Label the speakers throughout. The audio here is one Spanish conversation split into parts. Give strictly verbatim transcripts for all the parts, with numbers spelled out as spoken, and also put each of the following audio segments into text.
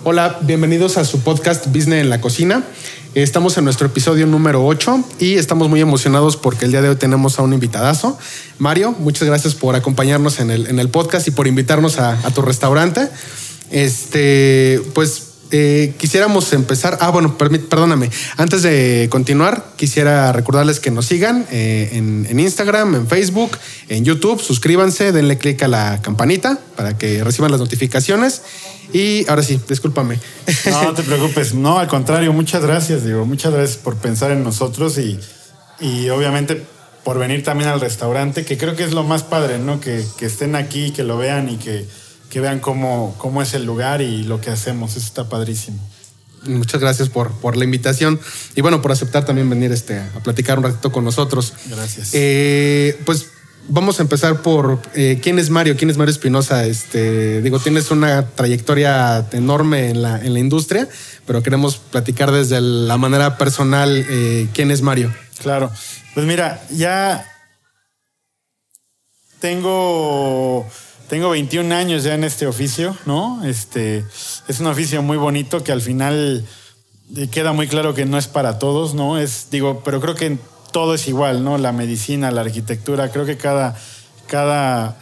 Speaker 1: Hola, bienvenidos a su podcast Business en la Cocina. Estamos en nuestro episodio número ocho y estamos muy emocionados porque el día de hoy tenemos a un invitadazo. Mario, muchas gracias por acompañarnos en el, en el podcast y por invitarnos a, a tu restaurante. Este, pues eh, quisiéramos empezar. Ah, bueno, perdóname. Antes de continuar, quisiera recordarles que nos sigan eh, en, en Instagram, en Facebook, en YouTube. Suscríbanse, denle click a la campanita para que reciban las notificaciones. Y ahora sí, discúlpame.
Speaker 2: No, no te preocupes. No, al contrario, muchas gracias, digo, muchas gracias por pensar en nosotros y, y obviamente por venir también al restaurante, que creo que es lo más padre, ¿no? Que, que estén aquí, que lo vean y que, que vean cómo, cómo es el lugar y lo que hacemos. Eso está padrísimo.
Speaker 1: Muchas gracias por, por la invitación y bueno, por aceptar también venir este, a platicar un ratito con nosotros.
Speaker 2: Gracias.
Speaker 1: Eh, pues vamos a empezar por eh, ¿quién es Mario? ¿Quién es Mario Espinosa? Este, digo, tienes una trayectoria enorme en la, en la industria, pero queremos platicar desde la manera personal. Eh, ¿Quién es Mario?
Speaker 2: Claro. Pues mira, ya tengo, tengo veintiún años ya en este oficio, ¿no? Este, es un oficio muy bonito que al final queda muy claro que no es para todos, ¿no? Es, digo, pero creo que todo es igual, ¿no? La medicina, la arquitectura, creo que cada, cada,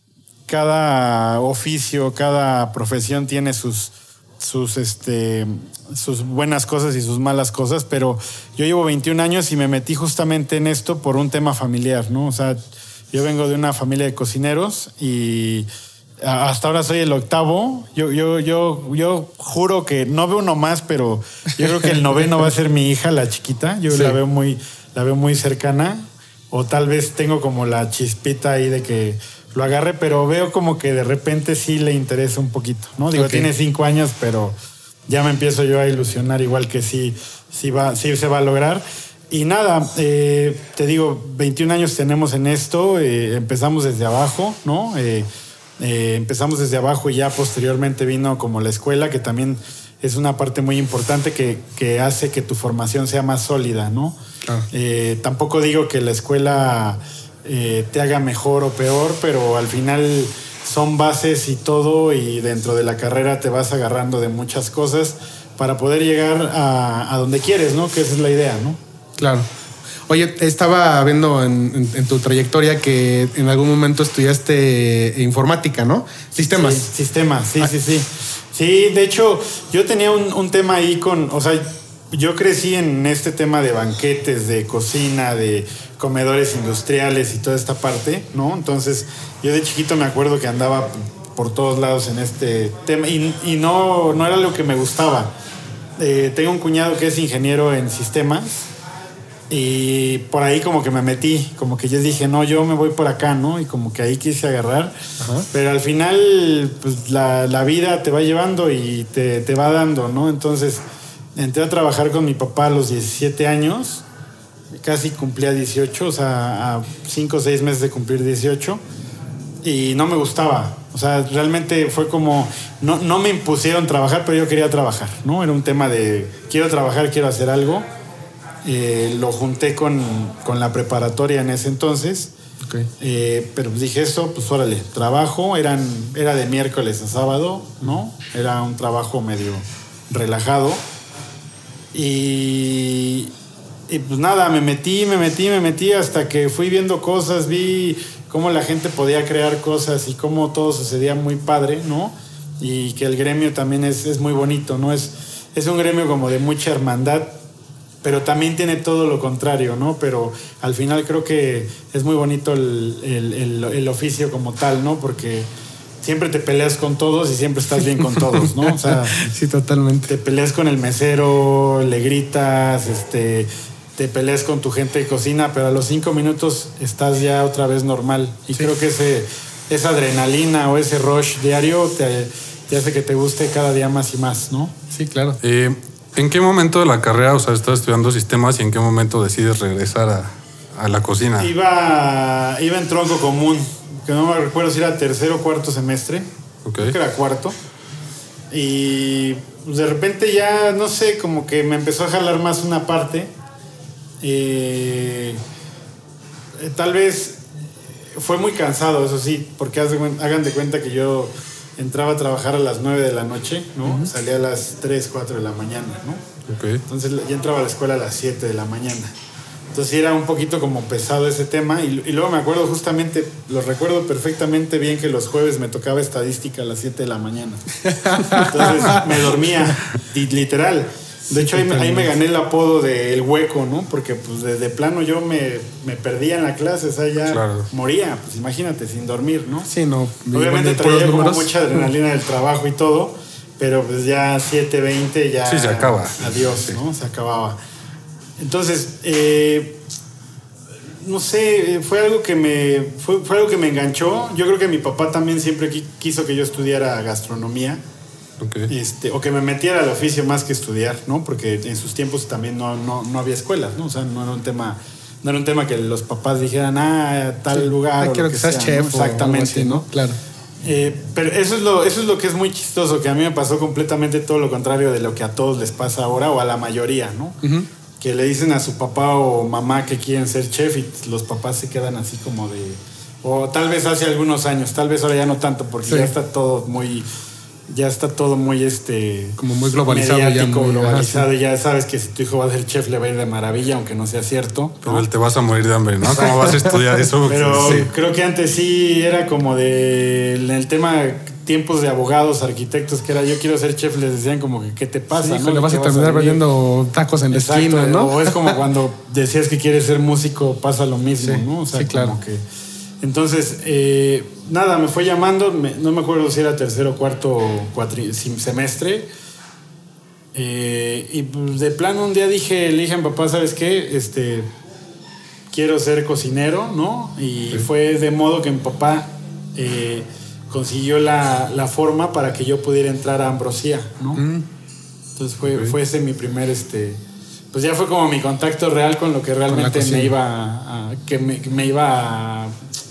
Speaker 2: cada oficio, cada profesión tiene sus, sus, este, sus buenas cosas y sus malas cosas, pero yo llevo veintiún años y me metí justamente en esto por un tema familiar, ¿no? O sea, yo vengo de una familia de cocineros y hasta ahora soy el octavo. Yo, yo, yo, yo juro que no veo uno más, pero yo creo que el noveno va a ser mi hija, la chiquita. Yo sí. la veo muy... la veo muy cercana, o tal vez tengo como la chispita ahí de que lo agarre, pero veo como que de repente sí le interesa un poquito, ¿no? Digo, okay. Tiene cinco años, pero ya me empiezo yo a ilusionar igual que sí, sí, va, sí se va a lograr. Y nada, eh, te digo, veintiún años tenemos en esto, eh, empezamos desde abajo, ¿no? Eh, eh, empezamos desde abajo y ya posteriormente vino como la escuela, que también es una parte muy importante que, que hace que tu formación sea más sólida, ¿no? Ah. Eh, tampoco digo que la escuela eh, te haga mejor o peor, pero al final son bases y todo, y dentro de la carrera te vas agarrando de muchas cosas para poder llegar a, a donde quieres, ¿no? Que esa es la idea, ¿no?
Speaker 1: Claro. Oye, estaba viendo en, en, en tu trayectoria que en algún momento estudiaste informática, ¿no? Sistemas.
Speaker 2: Sí, sistemas, sí, ah. sí, sí. Sí, de hecho, yo tenía un, un tema ahí con, o sea, yo crecí en este tema de banquetes, de cocina, de comedores industriales y toda esta parte, ¿no? Entonces, yo de chiquito me acuerdo que andaba por todos lados en este tema y, y no, no era lo que me gustaba. Eh, tengo un cuñado que es ingeniero en sistemas y por ahí como que me metí, como que yo dije, no, yo me voy por acá, ¿no? Y como que ahí quise agarrar. Ajá. Pero al final, pues la, la vida te va llevando y te, te va dando, ¿no? Entonces entré a trabajar con mi papá a los diecisiete años, casi cumplía dieciocho, o sea, a cinco o seis meses de cumplir dieciocho, y no me gustaba. O sea, realmente fue como, no, no me impusieron trabajar, pero yo quería trabajar, ¿no? Era un tema de, quiero trabajar, quiero hacer algo. Eh, lo junté con, con la preparatoria en ese entonces. Okay. Eh, pero dije eso, pues órale, trabajo, eran, era de miércoles a sábado, ¿no? Era un trabajo medio relajado. Y, y pues nada, me metí, me metí, me metí hasta que fui viendo cosas, vi cómo la gente podía crear cosas y cómo todo sucedía muy padre, ¿no? Y que el gremio también es, es muy bonito, ¿no? Es, es un gremio como de mucha hermandad, pero también tiene todo lo contrario, ¿no? Pero al final creo que es muy bonito el, el, el, el oficio como tal, ¿no? Porque siempre te peleas con todos y siempre estás bien con todos, ¿no? O sea,
Speaker 1: sí, totalmente.
Speaker 2: Te peleas con el mesero, le gritas, este, te peleas con tu gente de cocina, pero a los cinco minutos estás ya otra vez normal. Y sí. creo que ese, esa adrenalina o ese rush diario te, te hace que te guste cada día más y más, ¿no?
Speaker 1: Sí, claro.
Speaker 3: Eh, ¿En qué momento de la carrera, o sea, estás estudiando sistemas y en qué momento decides regresar a, a la cocina?
Speaker 2: Iba, iba en tronco común, que no me recuerdo si era tercero o cuarto semestre.
Speaker 3: Okay.
Speaker 2: Creo que era cuarto. Y pues de repente ya, no sé, como que me empezó a jalar más una parte. Eh, tal vez fue muy cansado, eso sí, porque hagan de cuenta que yo entraba a trabajar a las nueve de la noche, ¿no? Uh-huh. Salía a las tres, cuatro de la mañana, ¿no?
Speaker 3: Okay.
Speaker 2: Entonces ya entraba a la escuela a las siete de la mañana. Entonces era un poquito como pesado ese tema. Y, y luego me acuerdo justamente, lo recuerdo perfectamente bien, que los jueves me tocaba estadística a las siete de la mañana. Entonces me dormía, literal. De hecho, ahí, ahí me gané el apodo de El Hueco, ¿no? Porque pues de, de plano yo me, me perdía en la clase, o sea, ya claro. moría. Pues imagínate, sin dormir, ¿no?
Speaker 1: Sí, no.
Speaker 2: Obviamente traía como mucha adrenalina del trabajo y todo, pero pues ya siete veinte ya...
Speaker 3: Sí, se acaba.
Speaker 2: Adiós, sí. ¿no? Se acababa. Entonces, eh, no sé, fue algo que me fue, fue algo que me enganchó. Yo creo que mi papá también siempre quiso que yo estudiara gastronomía.
Speaker 3: Okay.
Speaker 2: Este, o que me metiera al oficio más que estudiar, ¿no? Porque en sus tiempos también no, no, no había escuelas, ¿no? O sea, no era un tema, no era un tema que los papás dijeran, ah, tal sí. lugar.
Speaker 1: Ah, quiero que, que seas sea, chef.
Speaker 2: ¿no? Exactamente,
Speaker 1: así, ¿no? Claro.
Speaker 2: Eh, pero eso es, lo, eso es lo que es muy chistoso, que a mí me pasó completamente todo lo contrario de lo que a todos les pasa ahora, o a la mayoría, ¿no? Uh-huh. Que le dicen a su papá o mamá que quieren ser chef y los papás se quedan así como de... O tal vez hace algunos años, tal vez ahora ya no tanto, porque sí. ya está todo muy... Ya está todo muy este
Speaker 1: como muy globalizado,
Speaker 2: mediático,
Speaker 1: ya muy,
Speaker 2: globalizado,
Speaker 1: ajá, sí.
Speaker 2: ya sabes que si tu hijo va a ser chef le va a ir de maravilla, aunque no sea cierto.
Speaker 3: Pero ¿no? él te vas a morir de hambre, ¿no? ¿Cómo vas a estudiar eso?
Speaker 2: Pero
Speaker 3: sí.
Speaker 2: creo que antes sí era como de en el tema tiempos de abogados, arquitectos, que era yo quiero ser chef, les decían como que ¿qué te pasa?
Speaker 1: Sí,
Speaker 2: ¿no?
Speaker 1: Le vas a terminar vendiendo tacos en la
Speaker 2: Exacto,
Speaker 1: esquina, ¿no?
Speaker 2: O es como cuando decías que quieres ser músico, pasa lo mismo,
Speaker 1: sí,
Speaker 2: ¿no? O sea,
Speaker 1: sí, claro.
Speaker 2: como que entonces, eh, nada, me fue llamando, me, no me acuerdo si era tercero o cuarto cuatri, semestre. Eh, y pues de plano un día dije, le dije a mi papá, ¿sabes qué? Este, quiero ser cocinero, ¿no? Y sí. fue de modo que mi papá eh, consiguió la, la forma para que yo pudiera entrar a Ambrosía, ¿no? Mm. Entonces fue, okay. fue ese mi primer... este pues ya fue como mi contacto real con lo que realmente me iba a, que me, que me iba a,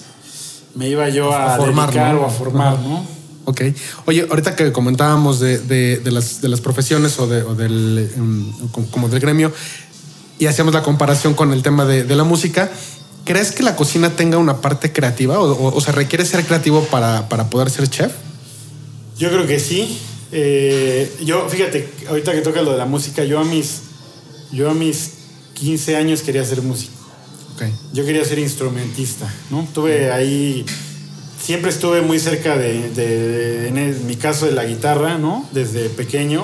Speaker 2: me iba yo a, a formar, dedicar, ¿no? o a formar, uh-huh. ¿no?
Speaker 1: Ok. Oye, ahorita que comentábamos de, de, de, las, de las profesiones o, de, o del, um, como del gremio y hacíamos la comparación con el tema de, de la música, ¿crees que la cocina tenga una parte creativa o, o, o se requiere ser creativo para, para poder ser chef?
Speaker 2: Yo creo que sí. Eh, yo, fíjate, ahorita que toca lo de la música, yo a mis, yo a mis quince años quería ser músico.
Speaker 1: Okay.
Speaker 2: Yo quería ser instrumentista, ¿no? Tuve ahí, siempre estuve muy cerca de, de, de, en el, mi caso, de la guitarra, ¿no? Desde pequeño,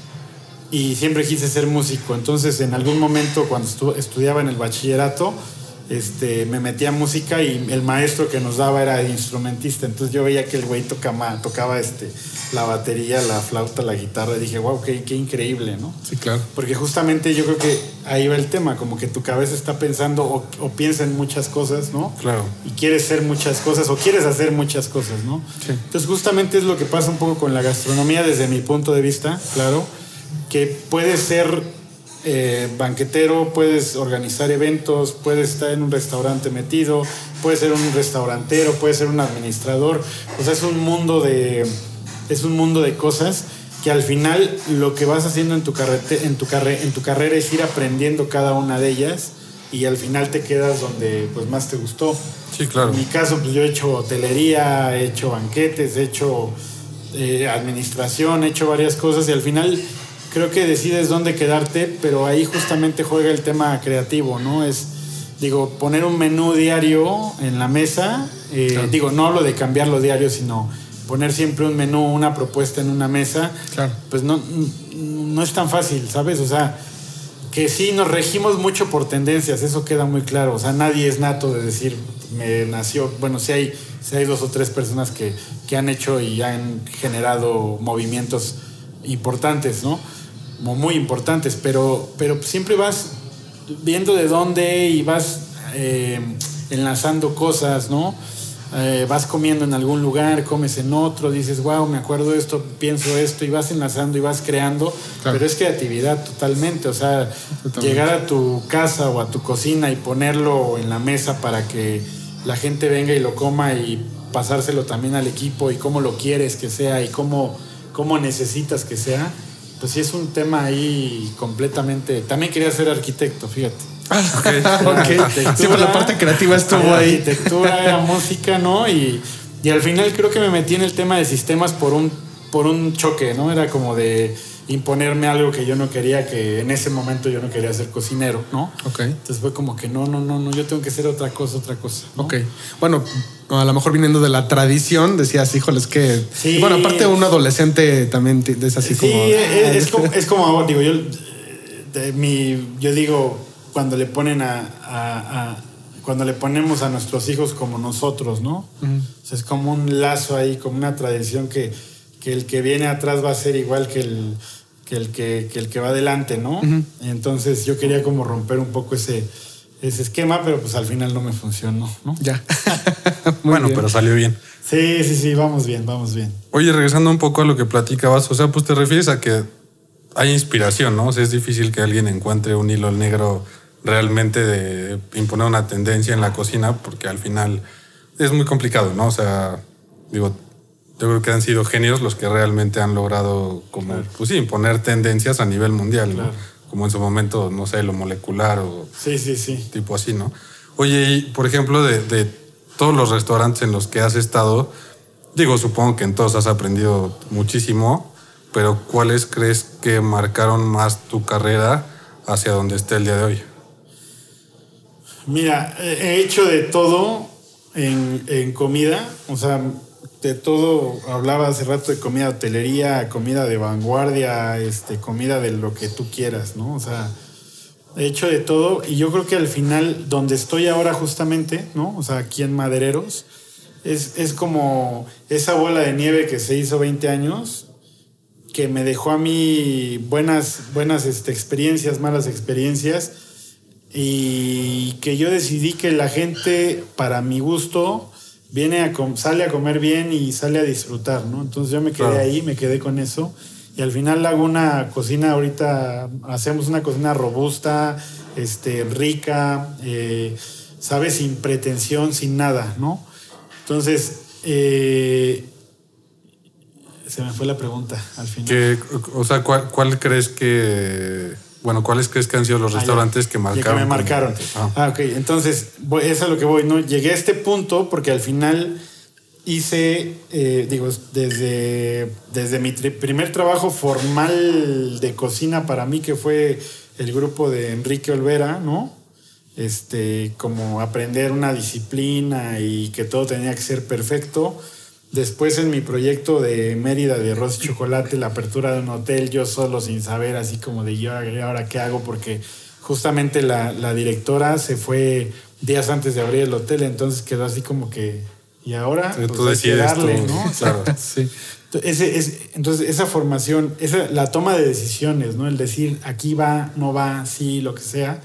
Speaker 2: y siempre quise ser músico. Entonces, en algún momento, cuando estu- estudiaba en el bachillerato, este, me metí a música y el maestro que nos daba era instrumentista. Entonces yo veía que el güey tocaba, tocaba este, la batería, la flauta, la guitarra, y dije, wow, qué, qué increíble, ¿no?
Speaker 1: Sí, claro.
Speaker 2: Porque justamente yo creo que ahí va el tema, como que tu cabeza está pensando o, o piensa en muchas cosas, ¿no?
Speaker 3: Claro.
Speaker 2: Y quieres ser muchas cosas o quieres hacer muchas cosas, ¿no?
Speaker 1: Sí.
Speaker 2: Entonces justamente es lo que pasa un poco con la gastronomía desde mi punto de vista, claro, que puede ser... Eh, banquetero, puedes organizar eventos, puedes estar en un restaurante metido, puedes ser un restaurantero, puedes ser un administrador. O sea, es un mundo de es un mundo de cosas que al final lo que vas haciendo en tu, carrete, en tu, carre, en tu carrera es ir aprendiendo cada una de ellas y al final te quedas donde pues más te gustó.
Speaker 3: Sí, claro.
Speaker 2: En mi caso, pues yo he hecho hotelería, he hecho banquetes, he hecho eh, administración, he hecho varias cosas y al final creo que decides dónde quedarte, pero ahí justamente juega el tema creativo, ¿no? Es, digo, poner un menú diario en la mesa, eh, claro. digo, no hablo de cambiarlo diario, sino poner siempre un menú, una propuesta en una mesa,
Speaker 1: claro.
Speaker 2: pues no, no es tan fácil, ¿sabes? O sea, que sí nos regimos mucho por tendencias, eso queda muy claro, o sea, nadie es nato de decir, me nació, bueno, sí hay, sí hay dos o tres personas que, que han hecho y han generado movimientos importantes, ¿no? Muy importantes, pero, pero siempre vas viendo de dónde y vas eh, enlazando cosas, ¿no? Eh, vas comiendo en algún lugar, comes en otro, dices, wow, me acuerdo de esto, pienso esto, y vas enlazando y vas creando, claro. Pero es creatividad totalmente, o sea, totalmente. Llegar a tu casa o a tu cocina y ponerlo en la mesa para que la gente venga y lo coma y pasárselo también al equipo y cómo lo quieres que sea y cómo, cómo necesitas que sea. Pues sí, es un tema ahí completamente... También quería ser arquitecto, fíjate.
Speaker 1: Okay. Okay. Sí, pues la parte creativa estuvo
Speaker 2: era
Speaker 1: ahí.
Speaker 2: Arquitectura, era música, ¿no? Y, Y al final creo que me metí en el tema de sistemas por un, por un choque, ¿no? Era como de imponerme algo que yo no quería, que en ese momento yo no quería ser cocinero, ¿no?
Speaker 1: Ok.
Speaker 2: Entonces fue como que no, no, no, no, yo tengo que hacer otra cosa, otra cosa, ¿no?
Speaker 1: Ok. Bueno, a lo mejor viniendo de la tradición, decías, híjoles, que...
Speaker 2: Sí.
Speaker 1: Bueno, aparte un adolescente también es así
Speaker 2: sí,
Speaker 1: como...
Speaker 2: es, es como... Es como, digo, yo, de mi, yo digo, cuando le ponen a, a, a... Cuando le ponemos a nuestros hijos como nosotros, ¿no? Uh-huh. O sea, es como un lazo ahí, como una tradición que, que el que viene atrás va a ser igual que el... Que el que, que el que va adelante, ¿no? Uh-huh. Entonces yo quería como romper un poco ese, ese esquema, pero pues al final no me funcionó, ¿no?
Speaker 1: Ya.
Speaker 3: Bueno, bien. Pero salió bien.
Speaker 2: Sí, sí, sí, vamos bien, vamos bien.
Speaker 3: Oye, regresando un poco a lo que platicabas, o sea, pues te refieres a que hay inspiración, ¿no? O sea, es difícil que alguien encuentre un hilo negro realmente de imponer una tendencia en la cocina, porque al final es muy complicado, ¿no? O sea, digo... Yo creo que han sido genios los que realmente han logrado como, claro. pues sí, imponer tendencias a nivel mundial, claro. ¿no? Como en su momento, no sé, lo molecular o
Speaker 2: sí, sí, sí.
Speaker 3: tipo así, ¿no? Oye, y por ejemplo, de, de todos los restaurantes en los que has estado, digo, supongo que en todos has aprendido muchísimo, pero ¿cuáles crees que marcaron más tu carrera hacia donde esté el día de hoy?
Speaker 2: Mira, he hecho de todo en, en comida, o sea... De todo, hablaba hace rato de comida de hotelería, comida de vanguardia, este, comida de lo que tú quieras, ¿no? O sea, he hecho de todo y yo creo que al final, donde estoy ahora justamente, ¿no? O sea, aquí en Madereros, es, es como esa bola de nieve que se hizo veinte años, que me dejó a mí buenas, buenas este, experiencias, malas experiencias, y que yo decidí que la gente, para mi gusto... viene a com- sale a comer bien y sale a disfrutar, ¿no? Entonces yo me quedé claro. ahí, me quedé con eso y al final hago una cocina, ahorita hacemos una cocina robusta, este, rica, eh, ¿sabes? Sin pretensión, sin nada, ¿no? Entonces, eh, se me fue la pregunta al final.
Speaker 3: Que, o sea, ¿cuál, cuál crees que... Bueno, ¿cuáles crees que han sido los restaurantes ah, que marcaron?
Speaker 2: Que me marcaron. Ah. ah, ok. Entonces, voy, es a lo que voy, ¿no? Llegué a este punto porque al final hice, eh, digo, desde, desde mi tri- primer trabajo formal de cocina para mí, que fue el grupo de Enrique Olvera, ¿no? Este, como aprender una disciplina y que todo tenía que ser perfecto. Después en mi proyecto de Mérida de arroz y chocolate, la apertura de un hotel, yo solo sin saber, así como de yo ahora qué hago, porque justamente la, la directora se fue días antes de abrir el hotel, entonces quedó así como que, y ahora
Speaker 3: sí,
Speaker 2: pues
Speaker 3: tú
Speaker 2: hay que darle,
Speaker 3: tú,
Speaker 2: ¿no?
Speaker 3: Claro.
Speaker 2: Sí. Ese, ese, entonces esa formación, esa, la toma de decisiones, ¿no? El decir aquí va, no va, sí, lo que sea.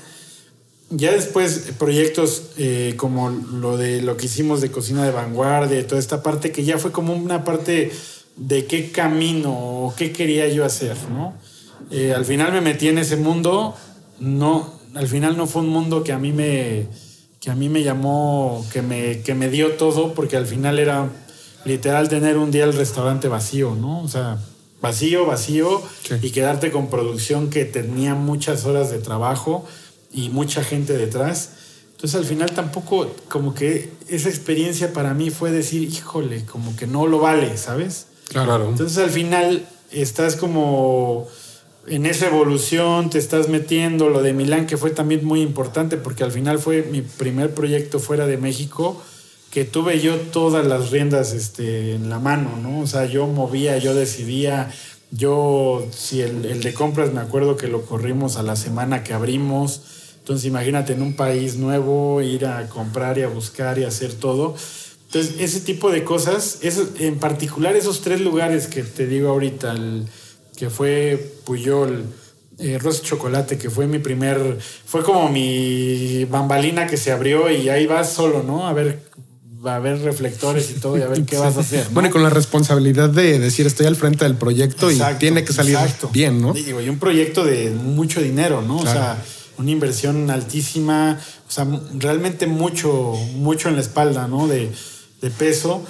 Speaker 2: Ya después proyectos eh, como lo de lo que hicimos de cocina de vanguardia y toda esta parte que ya fue como una parte de qué camino o qué quería yo hacer, ¿no? Eh, al final me metí en ese mundo, no, al final no fue un mundo que a mí me, que a mí me llamó, que me, que me dio todo, porque al final era literal tener un día el restaurante vacío, ¿no? O sea, vacío, vacío sí. Y quedarte con producción que tenía muchas horas de trabajo y mucha gente detrás. Entonces al final tampoco, como que esa experiencia para mí fue decir, híjole, como que no lo vale, ¿sabes?
Speaker 3: Claro.
Speaker 2: Entonces al final estás como en esa evolución, te estás metiendo. Lo de Milán, que fue también muy importante, porque al final fue mi primer proyecto fuera de México, que tuve yo todas las riendas este, en la mano, ¿no? O sea, yo movía, yo decidía. Yo, si el, el de compras, me acuerdo que lo corrimos a la semana que abrimos. Entonces imagínate en un país nuevo ir a comprar y a buscar y a hacer todo. Entonces ese tipo de cosas, eso, en particular esos tres lugares que te digo ahorita, el, que fue Puyol, eh, Arroz y Chocolate, que fue mi primer, fue como mi bambalina que se abrió y ahí vas solo, ¿no? A ver, a ver reflectores y todo y a ver qué vas a hacer, ¿no?
Speaker 1: Bueno, y con la responsabilidad de decir estoy al frente del proyecto. Exacto, y tiene que salir exacto. bien, ¿no?
Speaker 2: Y, digo, y un proyecto de mucho dinero, ¿no? Claro. O sea, una inversión altísima, o sea, realmente mucho, mucho en la espalda, ¿no? De, de peso.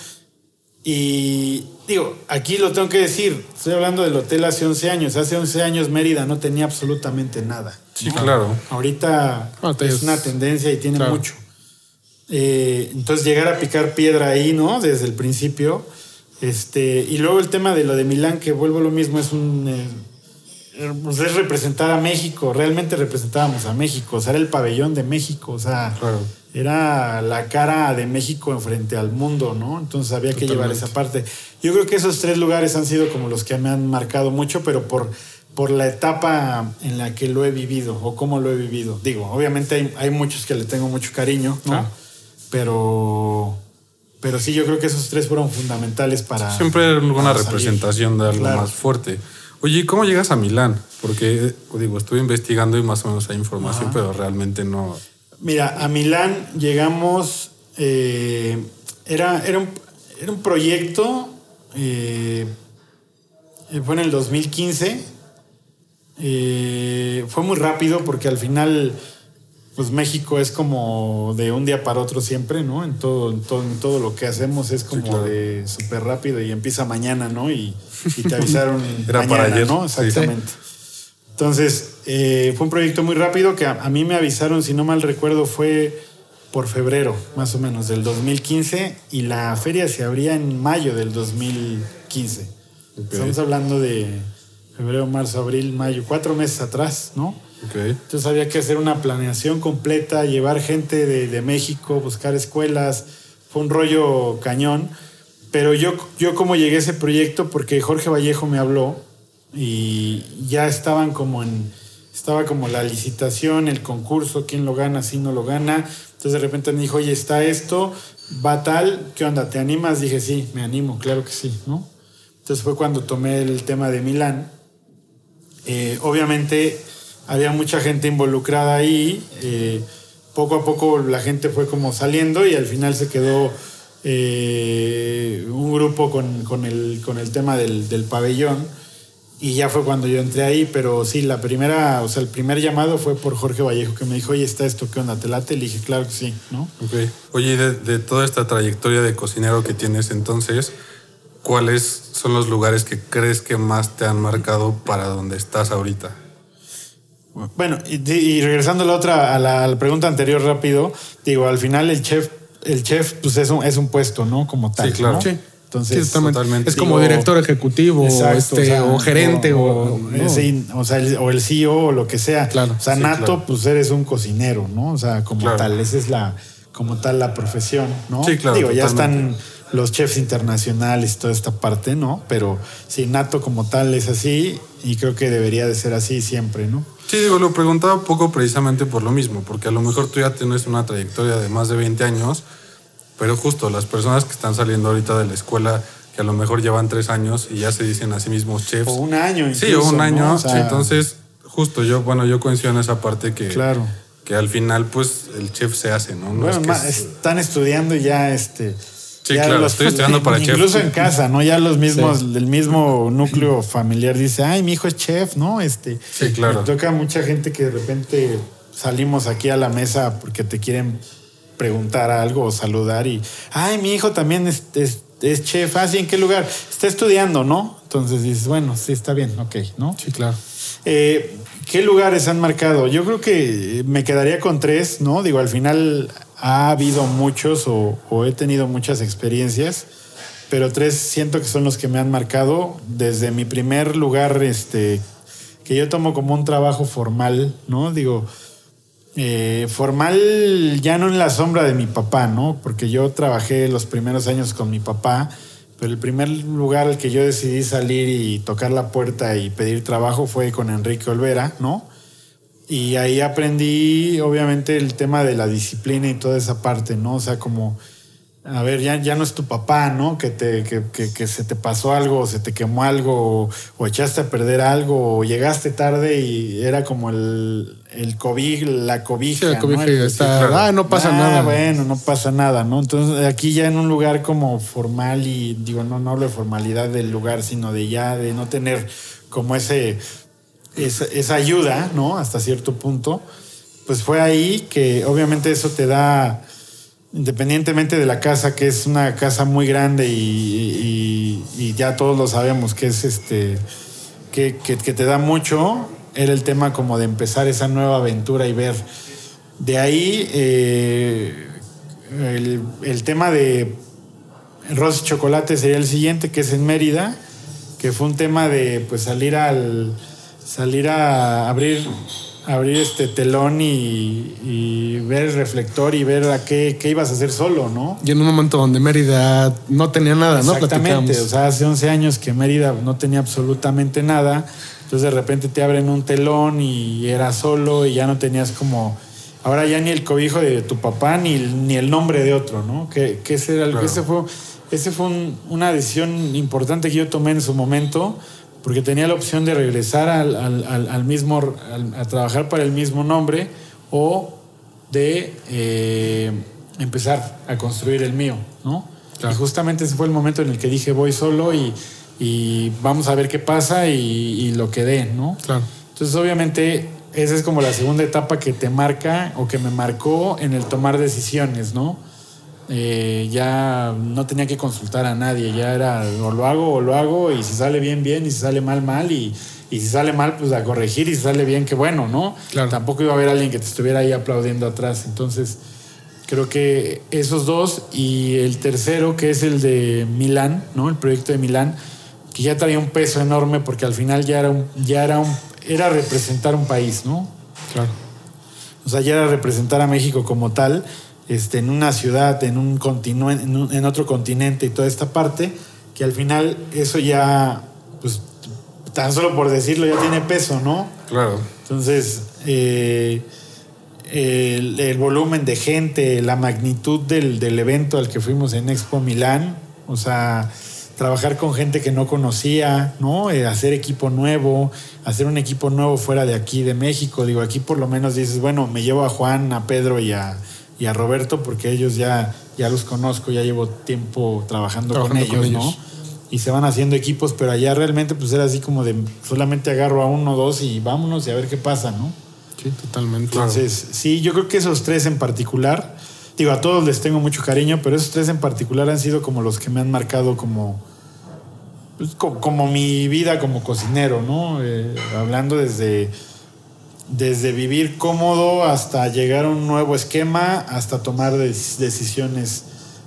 Speaker 2: Y digo, aquí lo tengo que decir, estoy hablando del hotel hace once años. Hace once años Mérida no tenía absolutamente nada, ¿no?
Speaker 3: Sí, claro.
Speaker 2: Ahorita no, es una tendencia y tiene claro. mucho. Eh, entonces llegar a picar piedra ahí, ¿no? Desde el principio. Este, y luego el tema de lo de Milán, que vuelvo a lo mismo, es un... Eh, pues es representar a México. Realmente representábamos a México. O sea, era el pabellón de México. O sea, claro. Era la cara de México frente al mundo, ¿no? Entonces había que Totalmente. Llevar esa parte. Yo creo que esos tres lugares han sido como los que me han marcado mucho, pero por... por la etapa en la que lo he vivido o cómo lo he vivido. Digo, obviamente hay, hay muchos que le tengo mucho cariño, ¿no? Ah. Pero, pero sí, yo creo que esos tres fueron fundamentales para...
Speaker 3: Siempre hay alguna representación de algo claro. más fuerte. Oye, ¿cómo llegas a Milán? Porque, digo, estuve investigando y más o menos hay información, Ajá. pero realmente no...
Speaker 2: Mira, a Milán llegamos... Eh, era, era, un, era un proyecto... Eh, fue en el dos mil quince... Eh, fue muy rápido porque al final pues México es como de un día para otro siempre, ¿no? En todo, en todo, en todo lo que hacemos es como sí, claro. de súper rápido y empieza mañana, ¿no? Y, y te avisaron
Speaker 3: Era
Speaker 2: mañana,
Speaker 3: para ayer.
Speaker 2: ¿no? Exactamente. Sí. Entonces, eh, fue un proyecto muy rápido que a, a mí me avisaron, si no mal recuerdo, fue por febrero, más o menos, del dos mil quince, y la feria se abría en mayo del dos mil quince. Okay. Estamos hablando de febrero, marzo, abril, mayo, cuatro meses atrás, ¿no?
Speaker 3: Okay.
Speaker 2: Entonces había que hacer una planeación completa, llevar gente de, de México, buscar escuelas. Fue un rollo cañón. Pero yo, yo como llegué a ese proyecto, porque Jorge Vallejo me habló y ya estaban como en... Estaba como la licitación, el concurso, quién lo gana, si no lo gana. Entonces de repente me dijo, oye, está esto, va tal, ¿qué onda? ¿Te animas? Dije, sí, me animo, claro que sí, ¿no? Entonces fue cuando tomé el tema de Milán. Eh, obviamente había mucha gente involucrada ahí. Eh, poco a poco la gente fue como saliendo y al final se quedó eh, un grupo con, con, el, con el tema del, del pabellón. Y ya fue cuando yo entré ahí, pero sí, la primera, o sea, el primer llamado fue por Jorge Vallejo, que me dijo, oye, ¿está esto? ¿Qué onda? ¿Te late? Le dije, claro que sí, ¿no?
Speaker 3: Ok. Oye, de, de toda esta trayectoria de cocinero que tienes entonces, ¿cuáles son los lugares que crees que más te han marcado para donde estás ahorita?
Speaker 2: Bueno, y, y regresando a la otra, a la, a la pregunta anterior rápido, digo, al final el chef, el chef, pues es un, es un puesto, ¿no? Como tal,
Speaker 3: sí, claro.
Speaker 2: ¿no?
Speaker 1: Sí.
Speaker 2: Entonces,
Speaker 1: sí, totalmente. Es digo, como director ejecutivo exacto, este, o, sea, o gerente o, o,
Speaker 2: no. sí, o sea, el, o el C E O o lo que sea.
Speaker 1: Claro,
Speaker 2: o sea,
Speaker 3: sí,
Speaker 2: nato,
Speaker 3: claro.
Speaker 2: pues eres un cocinero, ¿no? O sea, como
Speaker 3: claro.
Speaker 2: tal, esa es la, como tal la profesión, ¿no?
Speaker 3: Sí, claro.
Speaker 2: Digo,
Speaker 3: totalmente.
Speaker 2: ya están los chefs internacionales y toda esta parte, ¿no? Pero sí, nato como tal es así y creo que debería de ser así siempre, ¿no?
Speaker 3: Sí, digo, lo preguntaba un poco precisamente por lo mismo, porque a lo mejor tú ya tienes una trayectoria de más de veinte años, pero justo las personas que están saliendo ahorita de la escuela, que a lo mejor llevan tres años y ya se dicen a sí mismos chefs.
Speaker 2: O un año incluso,
Speaker 3: sí, o un año.
Speaker 2: ¿no? O sea,
Speaker 3: entonces, justo yo, bueno, yo coincido en esa parte que,
Speaker 2: claro.
Speaker 3: que al final, pues, el chef se hace, ¿no? no
Speaker 2: bueno,
Speaker 3: es que
Speaker 2: más,
Speaker 3: es...
Speaker 2: están estudiando ya, este...
Speaker 3: Sí,
Speaker 2: ya
Speaker 3: claro,
Speaker 2: los,
Speaker 3: estoy estudiando para
Speaker 2: incluso
Speaker 3: chef.
Speaker 2: Incluso en casa, ¿no? Ya los mismos,
Speaker 1: sí.
Speaker 2: el mismo núcleo familiar dice, ay, mi hijo es chef, ¿no? Este,
Speaker 3: sí, claro.
Speaker 2: Me toca mucha gente que de repente salimos aquí a la mesa porque te quieren preguntar algo o saludar y, ay, mi hijo también es, es, es chef, ah, sí, ¿en qué lugar? Está estudiando, ¿no? Entonces dices, bueno, sí, está bien, ok, ¿no?
Speaker 1: Sí, claro.
Speaker 2: Eh, ¿Qué lugares han marcado? Yo creo que me quedaría con tres, ¿no? Digo, al final ha habido muchos o, o he tenido muchas experiencias, pero tres siento que son los que me han marcado desde mi primer lugar, este, que yo tomo como un trabajo formal, ¿no? Digo, eh, formal ya no en la sombra de mi papá, ¿no? Porque yo trabajé los primeros años con mi papá, pero el primer lugar al que yo decidí salir y tocar la puerta y pedir trabajo fue con Enrique Olvera, ¿no? Y ahí aprendí, obviamente, el tema de la disciplina y toda esa parte, ¿no? O sea, como, a ver, ya, ya no es tu papá, ¿no? Que, te, que, que, que se te pasó algo, o se te quemó algo, o, o echaste a perder algo, o llegaste tarde y era como el, el cobij, la cobija,
Speaker 1: sí, la cobija,
Speaker 2: ¿no? El,
Speaker 1: está,
Speaker 2: claro.
Speaker 1: ah, no pasa
Speaker 2: ah,
Speaker 1: nada.
Speaker 2: Bueno, no pasa nada, ¿no? Entonces, aquí ya en un lugar como formal y, digo, no, no hablo de formalidad del lugar, sino de ya, de no tener como ese... Esa, esa ayuda, ¿no? Hasta cierto punto, pues fue ahí que obviamente eso te da, independientemente de la casa, que es una casa muy grande y, y, y ya todos lo sabemos que es este, que, que, que te da mucho, era el tema como de empezar esa nueva aventura y ver. De ahí, eh, el, el tema de Rosas y Chocolate sería el siguiente, que es en Mérida, que fue un tema de pues salir al salir a abrir abrir este telón y, y ver el reflector y ver a qué, qué ibas a hacer solo, ¿no?
Speaker 1: Y en un momento donde Mérida no tenía nada, ¿no?
Speaker 2: Exactamente, o sea, hace once años que Mérida no tenía absolutamente nada, entonces de repente te abren un telón y eras solo y ya no tenías como... Ahora ya ni el cobijo de tu papá ni, ni el nombre de otro, ¿no? Que, que ese, era, claro. ese fue, ese fue un, una decisión importante que yo tomé en su momento, porque tenía la opción de regresar al, al, al mismo, al, a trabajar para el mismo nombre o de eh, empezar a construir el mío, ¿no? Claro. Y justamente ese fue el momento en el que dije voy solo y, y vamos a ver qué pasa y, y lo que dé, ¿no?
Speaker 1: Claro.
Speaker 2: Entonces obviamente esa es como la segunda etapa que te marca o que me marcó en el tomar decisiones, ¿no? Eh, ya no tenía que consultar a nadie, ya era o lo hago o lo hago y si sale bien, bien y si sale mal, mal y, y si sale mal, pues a corregir y si sale bien, qué bueno, ¿no?
Speaker 1: Claro.
Speaker 2: Tampoco iba a haber alguien que te estuviera ahí aplaudiendo atrás. Entonces creo que esos dos y el tercero que es el de Milán, ¿no? El proyecto de Milán, que ya traía un peso enorme porque al final ya era un, ya era un, era representar un país, ¿no?
Speaker 1: Claro.
Speaker 2: O sea, ya era representar a México como tal, este, en una ciudad, en un continente, en, un, en otro continente y toda esta parte, que al final eso ya, pues, tan solo por decirlo, ya tiene peso, ¿no?
Speaker 3: Claro.
Speaker 2: Entonces, eh, el, el volumen de gente, la magnitud del, del evento al que fuimos en Expo Milán, o sea, trabajar con gente que no conocía, ¿no? Eh, hacer equipo nuevo, hacer un equipo nuevo fuera de aquí, de México. Digo, aquí por lo menos dices, bueno, me llevo a Juan, a Pedro y a, y a Roberto porque ellos ya, ya los conozco, ya llevo tiempo trabajando, trabajando con, ellos, con ellos, ¿no? Y se van haciendo equipos, pero allá realmente pues era así como de solamente agarro a uno o dos y vámonos y a ver qué pasa, ¿no?
Speaker 1: Sí, totalmente.
Speaker 2: Entonces, claro. Sí, yo creo que esos tres en particular, digo, a todos les tengo mucho cariño, pero esos tres en particular han sido como los que me han marcado como... Pues, como, como mi vida como cocinero, ¿no? Eh, hablando desde, desde vivir cómodo hasta llegar a un nuevo esquema, hasta tomar des, decisiones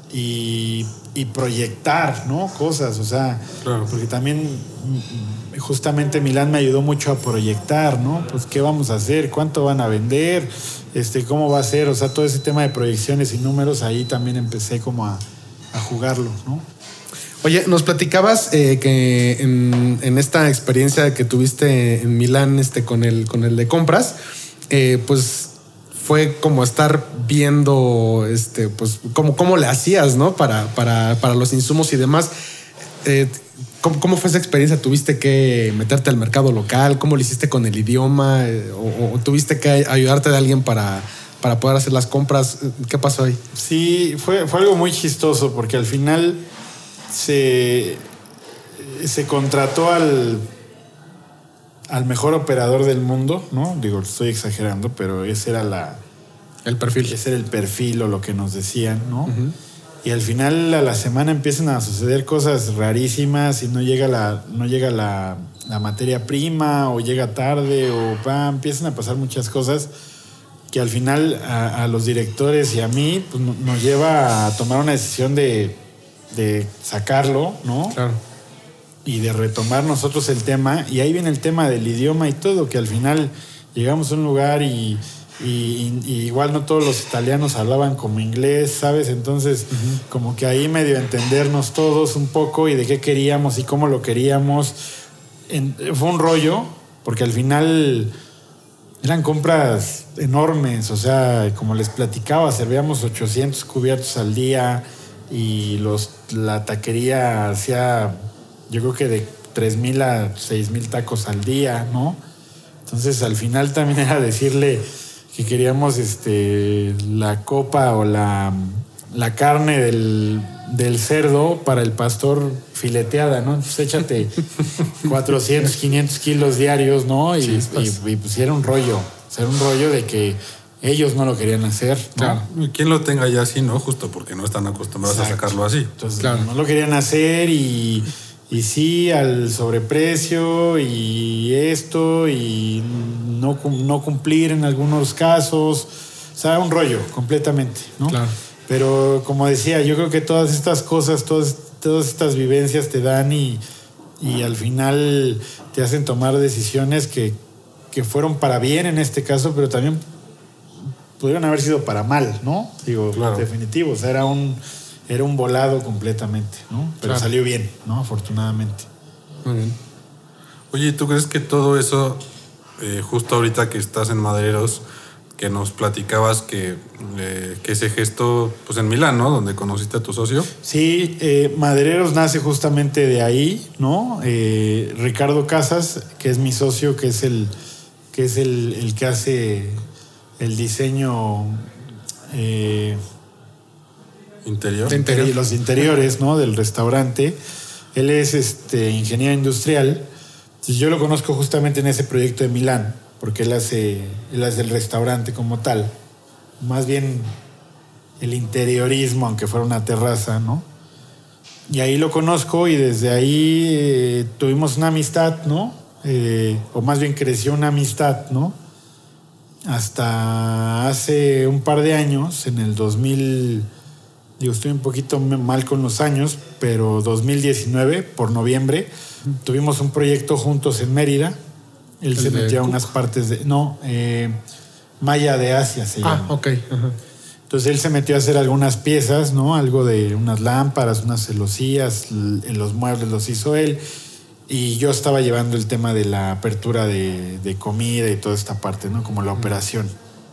Speaker 2: y, y proyectar, ¿no? Cosas, o sea, claro. Porque también justamente Milán me ayudó mucho a proyectar, ¿no? Pues qué vamos a hacer, cuánto van a vender, este, cómo va a ser, o sea, todo ese tema de proyecciones y números, ahí también empecé como a, a jugarlo, ¿no?
Speaker 1: Oye, nos platicabas eh, que en, en esta experiencia que tuviste en Milán este, con, el, con el de compras, eh, pues fue como estar viendo este, pues, cómo, cómo le hacías, ¿no? Para, para, para los insumos y demás. Eh, ¿cómo, ¿Cómo fue esa experiencia? ¿Tuviste que meterte al mercado local? ¿Cómo lo hiciste con el idioma? Eh, o, ¿O tuviste que ayudarte de alguien para, para poder hacer las compras? ¿Qué pasó ahí?
Speaker 2: Sí, fue, fue algo muy chistoso porque al final... Se, se contrató al, al mejor operador del mundo, ¿no? Digo, estoy exagerando, pero ese era la...
Speaker 1: El perfil.
Speaker 2: Ese era el perfil o lo que nos decían, ¿no? Uh-huh. Y al final a la semana empiezan a suceder cosas rarísimas y no llega la, no llega la, la materia prima o llega tarde o pa, empiezan a pasar muchas cosas que al final a, a los directores y a mí pues, nos lleva a tomar una decisión de... de sacarlo, ¿no?
Speaker 1: Claro.
Speaker 2: Y de retomar nosotros el tema. Y ahí viene el tema del idioma y todo, que al final llegamos a un lugar y, y, y igual no todos los italianos hablaban como inglés, ¿sabes? Entonces, uh-huh. como que ahí medio entendernos todos un poco y de qué queríamos y cómo lo queríamos. En, fue un rollo, porque al final eran compras enormes, o sea, como les platicaba, servíamos ochocientos cubiertos al día. Y los, la taquería hacía, yo creo que de tres mil a seis mil tacos al día, ¿no? Entonces al final también era decirle que queríamos este, la copa o la, la carne del, del cerdo para el pastor fileteada, ¿no? Entonces échate cuatrocientos, quinientos kilos diarios, ¿no? Y, y, y pues era un rollo, o sea, era un rollo de que ellos no lo querían hacer, ¿no?
Speaker 3: Claro. Quien lo tenga ya así, ¿no? Justo porque no están acostumbrados Exacto. a sacarlo así.
Speaker 2: Entonces, claro. no lo querían hacer y, y sí al sobreprecio y esto y no, no cumplir en algunos casos. O sea, un rollo completamente, ¿no?
Speaker 1: Claro.
Speaker 2: Pero como decía, yo creo que todas estas cosas, todas, todas estas vivencias te dan y, y al final te hacen tomar decisiones que, que fueron para bien en este caso, pero también pudieron haber sido para mal, ¿no? Digo, claro. Definitivo, o sea, era un, era un volado completamente, ¿no? Pero claro. Salió bien, ¿no? Afortunadamente.
Speaker 3: Muy bien. Oye, ¿tú crees que todo eso, eh, justo ahorita que estás en Madereros, que nos platicabas que, eh, que se gestó pues en Milán, ¿no? Donde conociste a tu socio.
Speaker 2: Sí, eh, Madereros nace justamente de ahí, ¿no? Eh, Ricardo Casas, que es mi socio, que es el que, es el, el que hace el diseño eh,
Speaker 3: interior.
Speaker 2: De interior. Los interiores, ¿no? Del restaurante. Él es este, ingeniero industrial. Entonces, yo lo conozco justamente en ese proyecto de Milán, porque él hace, él hace el restaurante como tal. Más bien el interiorismo, aunque fuera una terraza, ¿no? Y ahí lo conozco y desde ahí eh, tuvimos una amistad, ¿no? Eh, o más bien creció una amistad, ¿no? Hasta hace un par de años, en el dos mil, digo, estoy un poquito mal con los años, pero dos mil diecinueve, por noviembre, tuvimos un proyecto juntos en Mérida. Él ¿El se metió a unas partes de... No, eh, Maya de Asia se llama.
Speaker 1: Ah, ok. Uh-huh.
Speaker 2: Entonces él se metió a hacer algunas piezas, ¿no? Algo de unas lámparas, unas celosías, en los muebles los hizo él. Y yo estaba llevando el tema de la apertura de, de comida y toda esta parte, ¿no? Como la operación.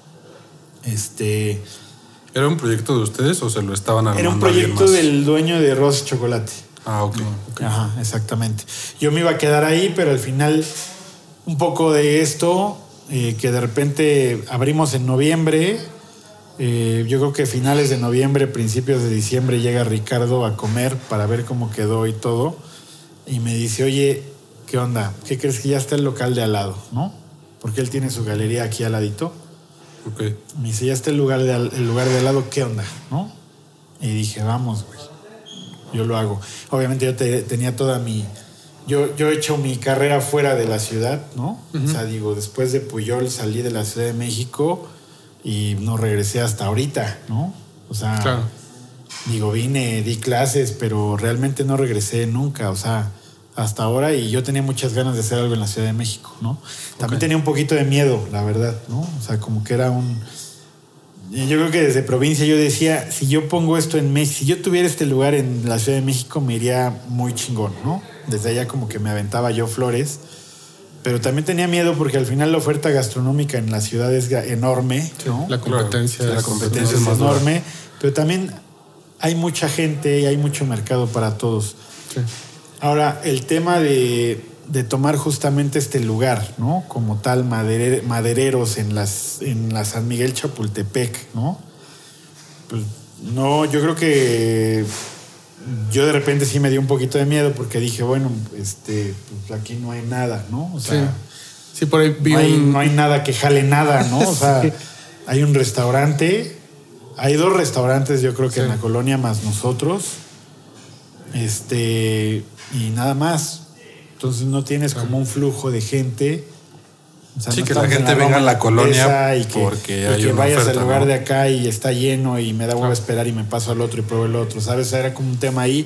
Speaker 2: Este...
Speaker 3: ¿Era un proyecto de ustedes o se lo estaban armando?
Speaker 2: Era un proyecto del dueño de Ross Chocolate.
Speaker 3: Ah, ok.
Speaker 2: okay. Ajá, exactamente. Yo me iba a quedar ahí, pero al final un poco de esto, eh, que de repente abrimos en noviembre, eh, yo creo que finales de noviembre, principios de diciembre llega Ricardo a comer para ver cómo quedó y todo, y me dice, oye, ¿qué onda? ¿Qué crees que ya está el local de al lado, no? Porque él tiene su galería aquí al ladito.
Speaker 3: Okay.
Speaker 2: Me dice, ya está el lugar de al, el lugar de al lado, ¿qué onda? ¿No? Y dije, vamos, güey, yo lo hago. Obviamente yo te, tenía toda mi... Yo, yo he hecho mi carrera fuera de la ciudad, ¿no? Uh-huh. O sea, digo, después de Puyol salí de la Ciudad de México y no regresé hasta ahorita, ¿no? O sea, claro. Digo, vine, di clases, pero realmente no regresé nunca, o sea, hasta ahora, y yo tenía muchas ganas de hacer algo en la Ciudad de México, ¿no? También okay. Tenía un poquito de miedo, la verdad, ¿no? O sea, como que era un... Yo creo que desde provincia yo decía, si yo pongo esto en México, si yo tuviera este lugar en la Ciudad de México, me iría muy chingón, ¿no? Desde allá como que me aventaba yo flores, pero también tenía miedo porque al final la oferta gastronómica en la ciudad es enorme, ¿no?
Speaker 1: La competencia,
Speaker 2: claro, la competencia es enorme, pero también hay mucha gente y hay mucho mercado para todos. Sí. Ahora, el tema de, de tomar justamente este lugar, ¿no? Como tal, madere, madereros en, las, en la San Miguel Chapultepec, ¿no? Pues no, yo creo que yo de repente sí me dio un poquito de miedo porque dije, bueno, este, pues aquí no hay nada, ¿no? O sea,
Speaker 1: sí, sí por ahí vi
Speaker 2: no, hay,
Speaker 1: un...
Speaker 2: no hay nada que jale nada, ¿no? O sea, sí. Hay un restaurante, hay dos restaurantes, yo creo que sí. En la colonia más nosotros, este, y nada más. Entonces no tienes como un flujo de gente. O sea,
Speaker 3: sí,
Speaker 2: no
Speaker 3: que la gente la venga a la colonia
Speaker 2: y que,
Speaker 3: porque
Speaker 2: y
Speaker 3: hay
Speaker 2: que
Speaker 3: una
Speaker 2: vayas
Speaker 3: oferta,
Speaker 2: al lugar
Speaker 3: ¿no?
Speaker 2: de acá y está lleno y me da huevo esperar y me paso al otro y pruebo el otro, ¿sabes? O sea, era como un tema ahí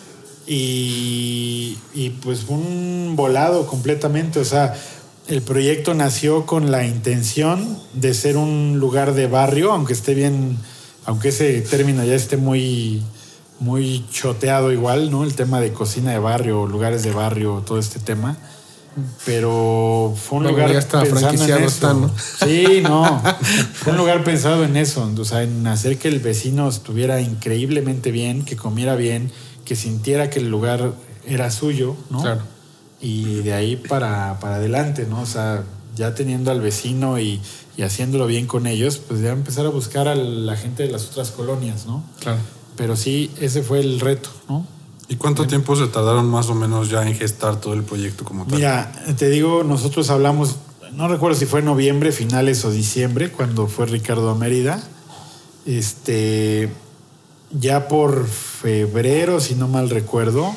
Speaker 2: y, y pues un volado completamente. O sea, el proyecto nació con la intención de ser un lugar de barrio, aunque esté bien, aunque ese término ya esté muy, muy choteado igual, ¿no? El tema de cocina de barrio, lugares de barrio, todo este tema. Pero fue un bueno, lugar
Speaker 1: ya está
Speaker 2: pensando en eso.
Speaker 1: Está, ¿no?
Speaker 2: Sí, no. Fue un lugar pensado en eso, o sea, en hacer que el vecino estuviera increíblemente bien, que comiera bien, que sintiera que el lugar era suyo, ¿no?
Speaker 1: Claro.
Speaker 2: Y de ahí para, para adelante, ¿no? O sea, ya teniendo al vecino y, y haciéndolo bien con ellos, pues ya empezar a buscar a la gente de las otras colonias, ¿no?
Speaker 1: Claro.
Speaker 2: Pero sí, ese fue el reto, ¿no?
Speaker 3: ¿Y cuánto Bien. tiempo se tardaron más o menos ya en gestar todo el proyecto como tal?
Speaker 2: Mira, te digo, nosotros hablamos, no recuerdo si fue noviembre, finales o diciembre, cuando fue Ricardo a Mérida. Este, ya por febrero, si no mal recuerdo,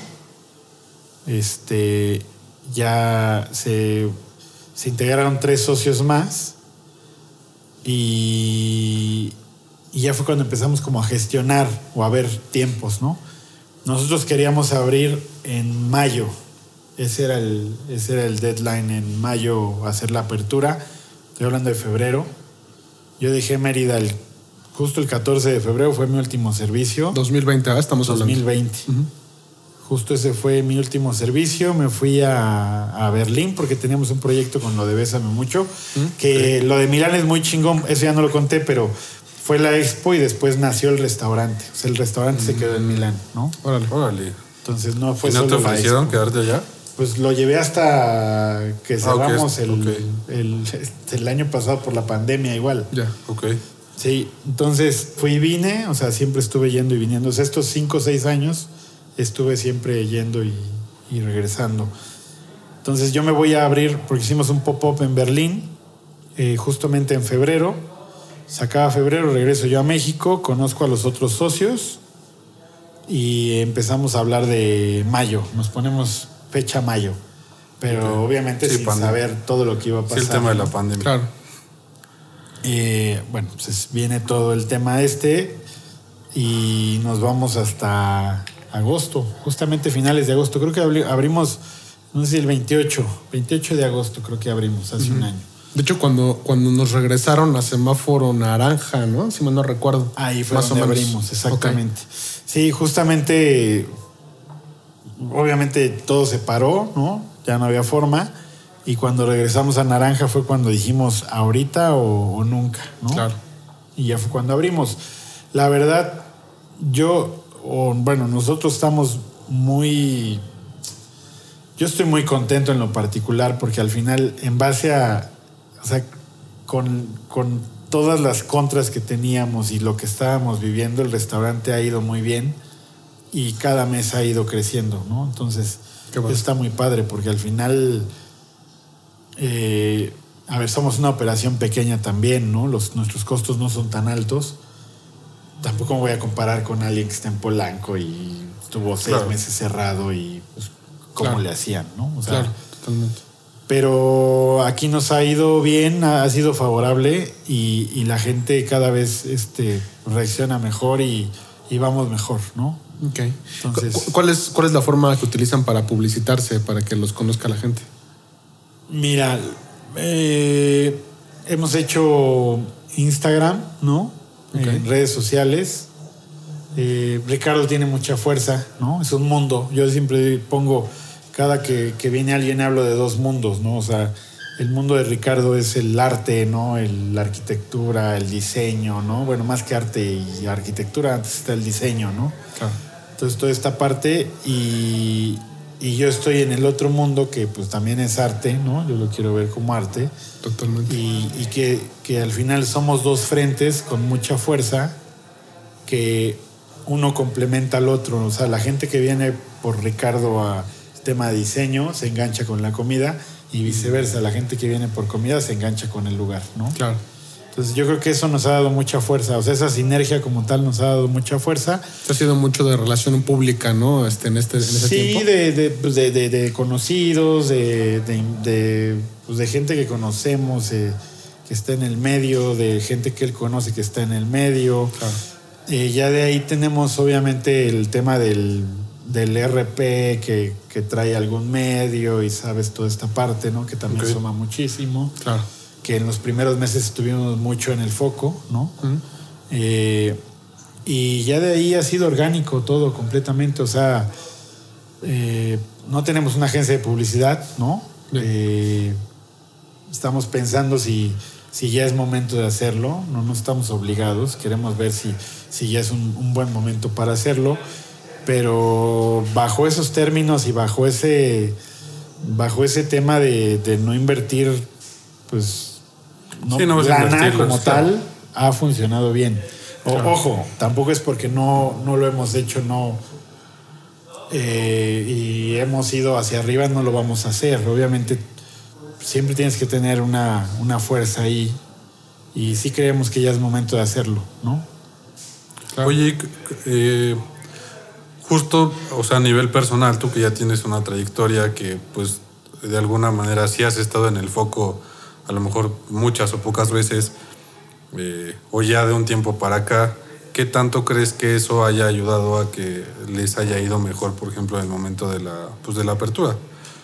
Speaker 2: este, ya se, se integraron tres socios más y, y y ya fue cuando empezamos como a gestionar o a ver tiempos, ¿no? Nosotros queríamos abrir en mayo. Ese era el, ese era el deadline, en mayo hacer la apertura. Estoy hablando de febrero. Yo dejé Mérida el, justo el catorce de febrero, fue mi último servicio.
Speaker 1: dos mil veinte, ¿eh? Estamos hablando.
Speaker 2: dos mil veinte. Uh-huh. Justo ese fue mi último servicio. Me fui a, a Berlín porque teníamos un proyecto con lo de Bésame Mucho. Uh-huh. Que sí. Lo de Milán es muy chingón. Eso ya no lo conté, pero fue la expo y después nació el restaurante. O sea, el restaurante uh-huh. se quedó en Milán, ¿no?
Speaker 3: Órale, órale.
Speaker 2: Entonces no fue
Speaker 3: ¿Y no
Speaker 2: solo
Speaker 3: te ofrecieron
Speaker 2: la
Speaker 3: quedarte allá?
Speaker 2: Pues lo llevé hasta que cerramos
Speaker 3: ah, okay.
Speaker 2: el,
Speaker 3: okay.
Speaker 2: el, el año pasado por la pandemia igual.
Speaker 3: Ya, yeah. ok.
Speaker 2: Sí, entonces fui y vine, o sea, siempre estuve yendo y viniendo. O sea, estos cinco o seis años estuve siempre yendo y, y regresando. Entonces yo me voy a abrir, porque hicimos un pop-up en Berlín, eh, justamente en febrero. Se acaba febrero, regreso yo a México, conozco a los otros socios y empezamos a hablar de mayo. Nos ponemos fecha mayo, pero okay. obviamente sí, sin pandemia. Saber todo lo que iba a pasar.
Speaker 3: Sí, el tema de la pandemia.
Speaker 1: Claro.
Speaker 2: Eh, bueno, pues viene todo el tema este y nos vamos hasta agosto, justamente finales de agosto. Creo que abrimos, no sé si el veintiocho, veintiocho de agosto creo que abrimos hace uh-huh. un año.
Speaker 1: De hecho, cuando, cuando nos regresaron a semáforo naranja, ¿no? Si mal no recuerdo.
Speaker 2: Ahí fue más donde o menos. Abrimos, exactamente. Okay. Sí, justamente, obviamente todo se paró, ¿no? Ya no había forma. Y cuando regresamos a naranja fue cuando dijimos ahorita o, o nunca, ¿no?
Speaker 1: Claro.
Speaker 2: Y ya fue cuando abrimos. La verdad, yo, o, bueno, nosotros estamos muy... Yo estoy muy contento en lo particular porque al final, en base a... O sea, con, con todas las contras que teníamos y lo que estábamos viviendo, el restaurante ha ido muy bien y cada mes ha ido creciendo, ¿no? Entonces, eso está muy padre porque al final... Eh, a ver, somos una operación pequeña también, ¿no? Los, nuestros costos no son tan altos. Tampoco me voy a comparar con alguien que está en Polanco y estuvo seis claro. meses cerrado y pues, cómo claro. le hacían, ¿no? O sea,
Speaker 1: claro, totalmente.
Speaker 2: Pero aquí nos ha ido bien, ha sido favorable y, y la gente cada vez este, reacciona mejor y, y vamos mejor, ¿no?
Speaker 1: Ok. Entonces, ¿Cuál es, ¿Cuál es la forma que utilizan para publicitarse, para que los conozca la gente?
Speaker 2: Mira, eh, hemos hecho Instagram, ¿no? Okay. En redes sociales. Eh, Ricardo tiene mucha fuerza, ¿no? Es un mundo. Yo siempre pongo, cada que, que viene alguien hablo de dos mundos, ¿no? O sea, el mundo de Ricardo es el arte, ¿no? El, la arquitectura, el diseño, ¿no? Bueno, más que arte y arquitectura, antes está el diseño, ¿no?
Speaker 1: Claro.
Speaker 2: Entonces, toda esta parte y... Y yo estoy en el otro mundo que pues también es arte, ¿no? Yo lo quiero ver como arte.
Speaker 1: Totalmente.
Speaker 2: Y, y que, que al final somos dos frentes con mucha fuerza que uno complementa al otro. O sea, la gente que viene por Ricardo a tema de diseño se engancha con la comida y viceversa. La gente que viene por comida se engancha con el lugar, ¿no?
Speaker 1: Claro.
Speaker 2: Entonces yo creo que eso nos ha dado mucha fuerza, o sea, esa sinergia como tal nos ha dado mucha fuerza.
Speaker 1: Ha sido mucho de relación pública, ¿no? Este, en, este, en ese
Speaker 2: sí,
Speaker 1: tiempo. Sí,
Speaker 2: de, de, pues de, de, de conocidos, de, de, de, pues de gente que conocemos, eh, que está en el medio, de gente que él conoce que está en el medio.
Speaker 1: Claro.
Speaker 2: Eh, ya de ahí tenemos obviamente el tema del, del R P que, que trae algún medio y sabes toda esta parte, ¿no? Que también okay. suma muchísimo.
Speaker 1: Claro.
Speaker 2: Que en los primeros meses estuvimos mucho en el foco, ¿no? Uh-huh. Eh, y ya de ahí ha sido orgánico todo completamente, o sea, eh, no tenemos una agencia de publicidad, ¿no? Uh-huh. Eh, estamos pensando si, si ya es momento de hacerlo, no, no estamos obligados, queremos ver si, si ya es un, un buen momento para hacerlo, pero bajo esos términos y bajo ese, bajo ese tema de, de no invertir, pues... No,
Speaker 3: sí, no
Speaker 2: lana como
Speaker 3: claro.
Speaker 2: tal ha funcionado bien. O,
Speaker 3: claro.
Speaker 2: Ojo, tampoco es porque no, no lo hemos hecho, no eh, y hemos ido hacia arriba, no lo vamos a hacer. Obviamente siempre tienes que tener una, una fuerza ahí y sí creemos que ya es momento de hacerlo, ¿no?
Speaker 3: Claro. Oye, eh, justo, o sea, a nivel personal, tú que ya tienes una trayectoria que pues de alguna manera sí has estado en el foco a lo mejor muchas o pocas veces, eh, o ya de un tiempo para acá, ¿qué tanto crees que eso haya ayudado a que les haya ido mejor, por ejemplo, en el momento de la, pues de la apertura?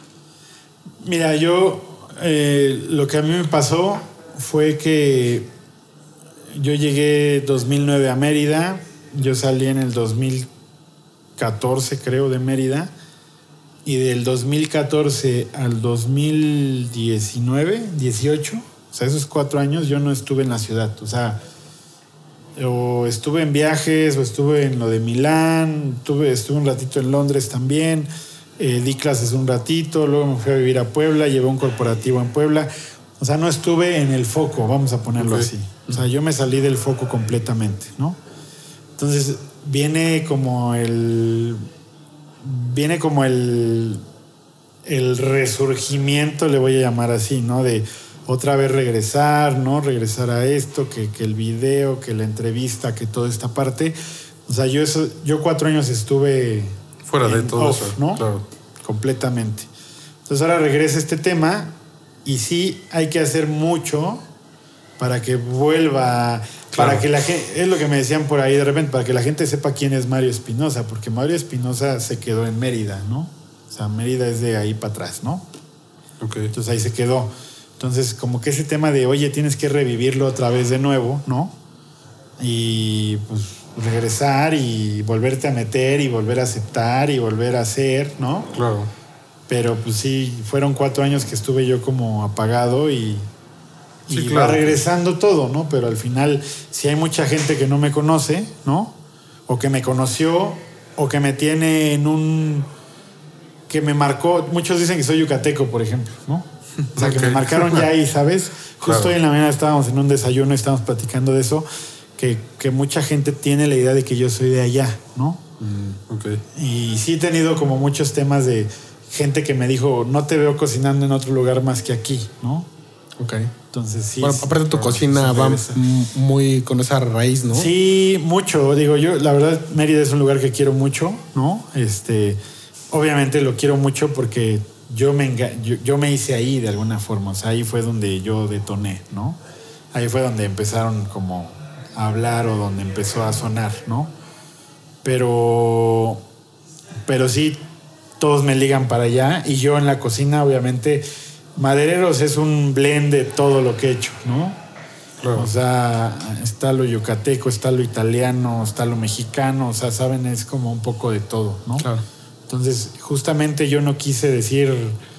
Speaker 2: Mira, yo eh, lo que a mí me pasó fue que yo llegué dos mil nueve a Mérida, yo salí en el dos mil catorce creo de Mérida, y del dos mil catorce al dos mil diecinueve, dieciocho, o sea, esos cuatro años yo no estuve en la ciudad, o sea, o estuve en viajes, o estuve en lo de Milán, estuve, estuve un ratito en Londres también, eh, di clases un ratito, luego me fui a vivir a Puebla, llevé un corporativo en Puebla, o sea, no estuve en el foco, vamos a ponerlo okay. así, o sea, yo me salí del foco completamente, ¿no? Entonces viene como el viene como el el resurgimiento, le voy a llamar así, ¿no? De otra vez regresar, ¿no? Regresar a esto, que, que el video, que la entrevista, que toda esta parte. O sea, yo eso, yo cuatro años estuve
Speaker 3: fuera de todo
Speaker 2: off,
Speaker 3: eso,
Speaker 2: ¿no?
Speaker 3: Claro.
Speaker 2: Completamente. Entonces ahora regresa este tema y sí hay que hacer mucho para que vuelva, claro. para que la gente, es lo que me decían por ahí de repente, para que la gente sepa quién es Mario Espinosa, porque Mario Espinosa se quedó en Mérida, ¿no? O sea, Mérida es de ahí para atrás, ¿no?
Speaker 3: Ok.
Speaker 2: Entonces ahí se quedó. Entonces, como que ese tema de, oye, tienes que revivirlo otra vez de nuevo, ¿no? Y pues regresar y volverte a meter y volver a aceptar y volver a hacer, ¿no?
Speaker 3: Claro.
Speaker 2: Pero pues sí, fueron cuatro años que estuve yo como apagado y,
Speaker 3: sí,
Speaker 2: y
Speaker 3: claro.
Speaker 2: va regresando todo, ¿no? Pero al final, si hay mucha gente que no me conoce, ¿no? O que me conoció, o que me tiene en un... que me marcó, muchos dicen que soy yucateco, por ejemplo, ¿no? O sea, okay. que me marcaron ya ahí, ¿sabes? Justo
Speaker 3: claro.
Speaker 2: hoy en la mañana estábamos en un desayuno y estábamos platicando de eso, que, que mucha gente tiene la idea de que yo soy de allá, ¿no?
Speaker 3: Mm, okay.
Speaker 2: Y sí he tenido como muchos temas de gente que me dijo, no te veo cocinando en otro lugar más que aquí, ¿no?
Speaker 1: Ok.
Speaker 2: Entonces sí.
Speaker 1: Bueno, aparte tu
Speaker 2: claro,
Speaker 1: cocina va muy con esa raíz, ¿no?
Speaker 2: Sí, mucho. Digo, yo, la verdad, Mérida es un lugar que quiero mucho, ¿no? Este, obviamente lo quiero mucho porque yo me, yo, yo me hice ahí de alguna forma. O sea, ahí fue donde yo detoné, ¿no? Ahí fue donde empezaron como a hablar o donde empezó a sonar, ¿no? Pero, pero sí, todos me ligan para allá y yo en la cocina, obviamente, Madereros es un blend de todo lo que he hecho, ¿no? Claro. O sea, está lo yucateco, está lo italiano, está lo mexicano, o sea, saben, es como un poco de todo, ¿no?
Speaker 1: Claro.
Speaker 2: Entonces, justamente yo no quise decir,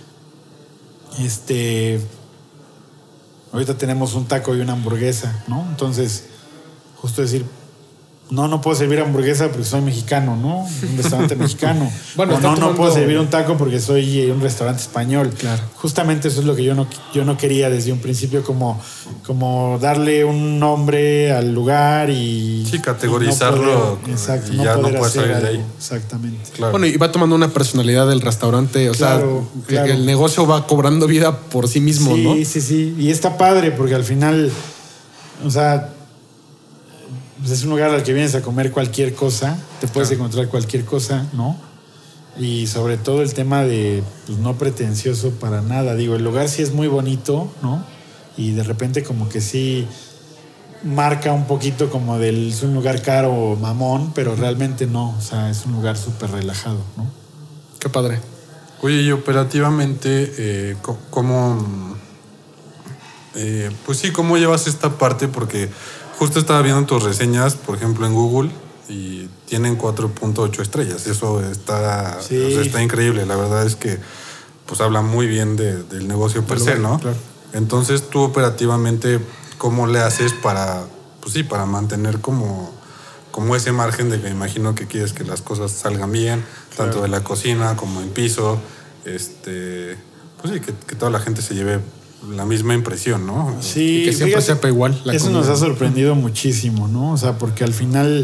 Speaker 2: este, ahorita tenemos un taco y una hamburguesa, ¿no? Entonces, justo decir, no, no puedo servir hamburguesa porque soy mexicano, ¿no? Un restaurante mexicano. Bueno, o no, tomando... no puedo servir un taco porque soy un restaurante español.
Speaker 1: Claro.
Speaker 2: Justamente eso es lo que yo no, yo no quería desde un principio, como, como darle un nombre al lugar y...
Speaker 3: Sí, categorizarlo.
Speaker 2: Y no poder, exacto,
Speaker 3: y
Speaker 2: no
Speaker 3: ya
Speaker 2: poder
Speaker 3: no puedes salir de ahí.
Speaker 2: Exactamente.
Speaker 1: Claro. Bueno, y va tomando una personalidad del restaurante. O
Speaker 2: claro,
Speaker 1: sea,
Speaker 2: claro.
Speaker 1: el negocio va cobrando vida por sí mismo,
Speaker 2: sí,
Speaker 1: ¿no?
Speaker 2: Sí, sí, sí. Y está padre porque al final, o sea... Pues es un lugar al que vienes a comer cualquier cosa, te puedes claro. encontrar cualquier cosa, ¿no? Y sobre todo el tema de pues, no pretencioso para nada. Digo, el lugar sí es muy bonito, ¿no? Y de repente como que sí marca un poquito como del es un lugar caro o mamón, pero realmente no. O sea, es un lugar súper relajado, ¿no?
Speaker 1: Qué padre.
Speaker 3: Oye, y operativamente, eh, ¿cómo...? Eh, pues sí, ¿cómo llevas esta parte? Porque... Justo estaba viendo tus reseñas, por ejemplo, en Google, y tienen cuatro punto ocho estrellas. Eso está, sí. o sea, está increíble. La verdad es que pues habla muy bien de, del negocio per se, ¿no?
Speaker 1: Claro.
Speaker 3: Entonces, tú operativamente, ¿cómo le haces para, pues sí, para mantener como, como ese margen de que me imagino que quieres que las cosas salgan bien, claro. tanto de la cocina como en piso, este, pues sí, que, que toda la gente se lleve la misma impresión, ¿no?
Speaker 2: Sí,
Speaker 1: y que siempre fíjate, sepa igual la
Speaker 2: eso comida. Nos ha sorprendido muchísimo, ¿no? O sea, porque al final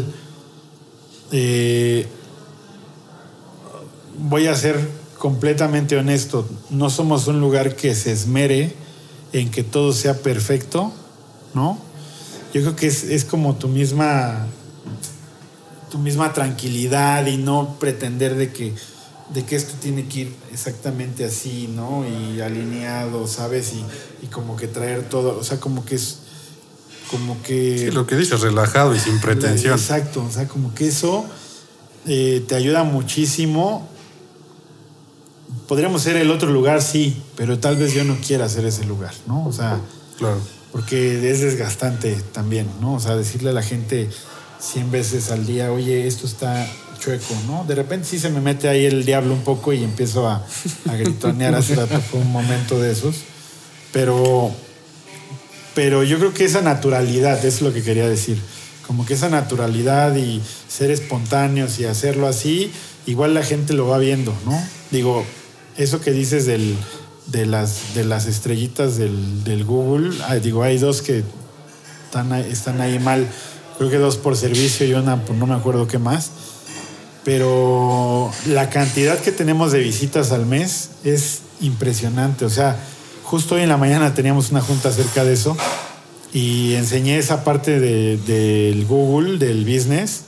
Speaker 2: eh, voy a ser completamente honesto, no somos un lugar que se esmere en que todo sea perfecto, ¿no? Yo creo que es, es como tu misma tu misma tranquilidad y no pretender de que de que esto tiene que ir exactamente así, ¿no? Y alineado, ¿sabes? Y, y como que traer todo, o sea, como que es como que...
Speaker 3: Sí, lo que dices, relajado y sin pretensión.
Speaker 2: Exacto, o sea, como que eso eh, te ayuda muchísimo. Podríamos ser el otro lugar, sí, pero tal vez yo no quiera ser ese lugar, ¿no? O sea,
Speaker 3: claro.
Speaker 2: Porque es desgastante también, ¿no? O sea, decirle a la gente cien veces al día, oye, esto está chueco, ¿no? De repente sí se me mete ahí el diablo un poco y empiezo a, a gritonear. Hace rato fue un momento de esos. Pero, pero yo creo que esa naturalidad, es lo que quería decir. Como que esa naturalidad y ser espontáneos y hacerlo así, igual la gente lo va viendo, ¿no? Digo, eso que dices del... De las, de las estrellitas del, del Google, ah, digo, hay dos que están, están ahí mal, creo que dos por servicio y una por no me acuerdo qué más, pero la cantidad que tenemos de visitas al mes es impresionante. O sea, justo hoy en la mañana teníamos una junta acerca de eso y enseñé esa parte de, del Google, del business,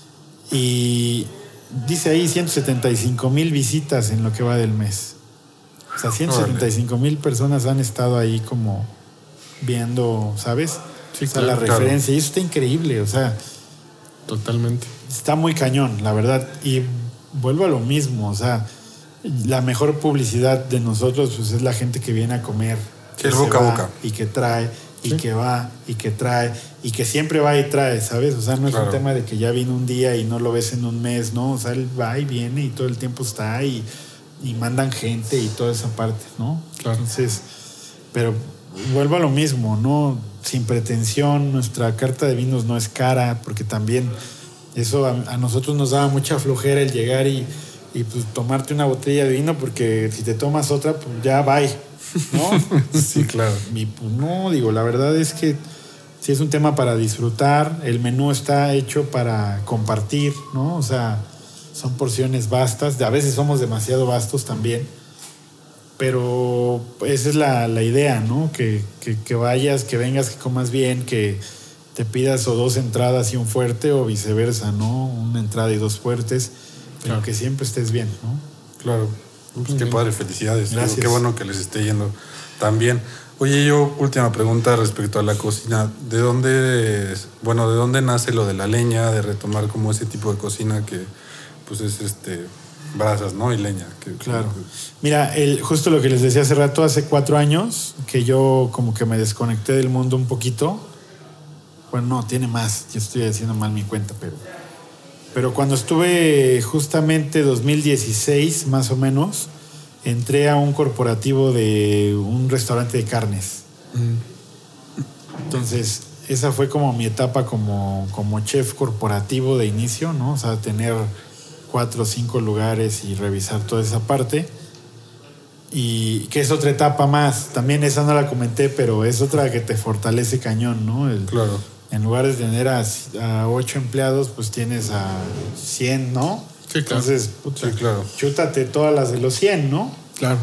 Speaker 2: y dice ahí ciento setenta y cinco mil visitas en lo que va del mes. O sea, ciento setenta y cinco mil personas han estado ahí como viendo, ¿sabes?
Speaker 1: Sí,
Speaker 2: o sea,
Speaker 1: claro,
Speaker 2: la referencia.
Speaker 1: claro.
Speaker 2: Y eso está increíble, o sea.
Speaker 1: Totalmente.
Speaker 2: Está muy cañón, la verdad. Y vuelvo a lo mismo, o sea, la mejor publicidad de nosotros pues es la gente que viene a comer.
Speaker 3: Sí, el boca a boca.
Speaker 2: Y que trae, y
Speaker 1: sí.
Speaker 2: que va, y que trae, y que siempre va y trae, ¿sabes? O sea, no es claro. un tema de que ya vino un día y no lo ves en un mes, ¿no? O sea, él va y viene y todo el tiempo está y... y mandan gente y toda esa parte, ¿no?
Speaker 1: Claro.
Speaker 2: Entonces, pero vuelvo a lo mismo, ¿no? Sin pretensión, nuestra carta de vinos no es cara, porque también eso a, a nosotros nos daba mucha flojera el llegar y, y pues tomarte una botella de vino, porque si te tomas otra, pues ya bye, ¿no?
Speaker 3: Sí, claro.
Speaker 2: Y pues no, digo, la verdad es que sí es un tema para disfrutar, el menú está hecho para compartir, ¿no? O sea, son porciones vastas, a veces somos demasiado vastos también, pero esa es la, la idea, ¿no? Que, que, que vayas, que vengas, que comas bien, que te pidas o dos entradas y un fuerte o viceversa, ¿no? Una entrada y dos fuertes, pero claro. que siempre estés bien, ¿no?
Speaker 3: Claro, pues qué bien. Padre, felicidades.
Speaker 2: Gracias.
Speaker 3: Qué bueno que les esté yendo tan bien. Oye, yo, última pregunta respecto a la cocina. ¿De dónde, bueno, de dónde nace lo de la leña, de retomar como ese tipo de cocina que pues es este brasas, ¿no? Y leña. Que,
Speaker 2: claro.
Speaker 3: Que...
Speaker 2: Mira, el, justo lo que les decía hace rato, hace cuatro años, que yo como que me desconecté del mundo un poquito. Bueno, no, tiene más. Yo estoy haciendo mal mi cuenta, pero... Pero cuando estuve justamente dos mil dieciséis, más o menos, entré a un corporativo de un restaurante de carnes. Mm. Entonces, esa fue como mi etapa como, como chef corporativo de inicio, ¿no? O sea, tener... cuatro o cinco lugares y revisar toda esa parte, y que es otra etapa más, también esa no la comenté, pero es otra que te fortalece cañón, ¿no? El,
Speaker 3: claro.
Speaker 2: En lugar de tener a, a ocho empleados, pues tienes a cien, ¿no?
Speaker 1: Sí, claro.
Speaker 2: Entonces, puta,
Speaker 3: sí, claro.
Speaker 2: chútate todas las de los cien, ¿no?
Speaker 1: Claro.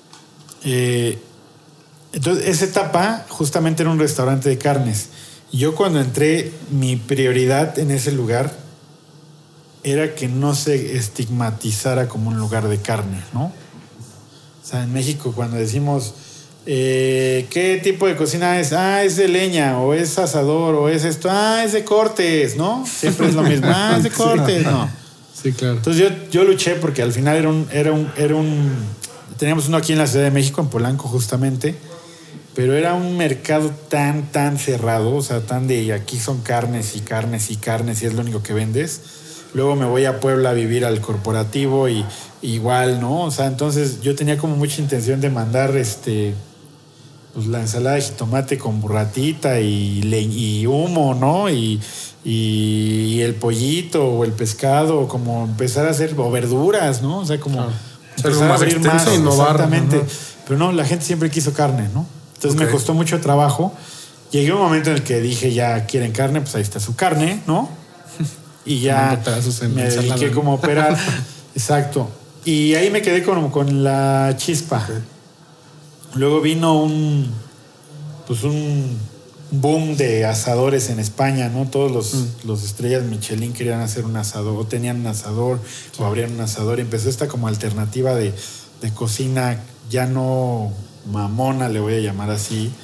Speaker 2: Eh, entonces, esa etapa justamente era un restaurante de carnes. Y yo cuando entré, mi prioridad en ese lugar era que no se estigmatizara como un lugar de carne, ¿no? O sea, en México cuando decimos eh, ¿qué tipo de cocina es? Ah, es de leña, o es asador, o es esto, ah, es de cortes, ¿no? Siempre es lo mismo, ah, es de cortes, no.
Speaker 1: Sí, claro.
Speaker 2: Entonces yo, yo luché porque al final era un, era un, era un... Teníamos uno aquí en la Ciudad de México, en Polanco justamente, pero era un mercado tan, tan cerrado, o sea, tan de aquí son carnes y carnes y carnes y es lo único que vendes. Luego me voy a Puebla a vivir al corporativo y, y igual, ¿no? O sea, entonces yo tenía como mucha intención de mandar este, pues la ensalada de jitomate con burratita y, le, y humo, ¿no? Y, y, y el pollito o el pescado, como empezar a hacer, o verduras, ¿no? O sea, como
Speaker 1: claro.
Speaker 2: empezar a abrir más,
Speaker 1: e innovar.
Speaker 2: Exactamente.
Speaker 1: Uh-huh.
Speaker 2: Pero no, la gente siempre quiso carne, ¿no? Entonces okay. me costó mucho trabajo. Llegué a un momento en el que dije, ya quieren carne, pues ahí está su carne, ¿no? Y ya me dediqué como a operar. Exacto. Y ahí me quedé como con la chispa. Okay. Luego vino un pues un boom de asadores en España, ¿no? Todos los, mm. los estrellas Michelin querían hacer un asador, o tenían un asador, sí. o abrían un asador. Y empezó esta como alternativa de, de cocina ya no mamona, le voy a llamar así,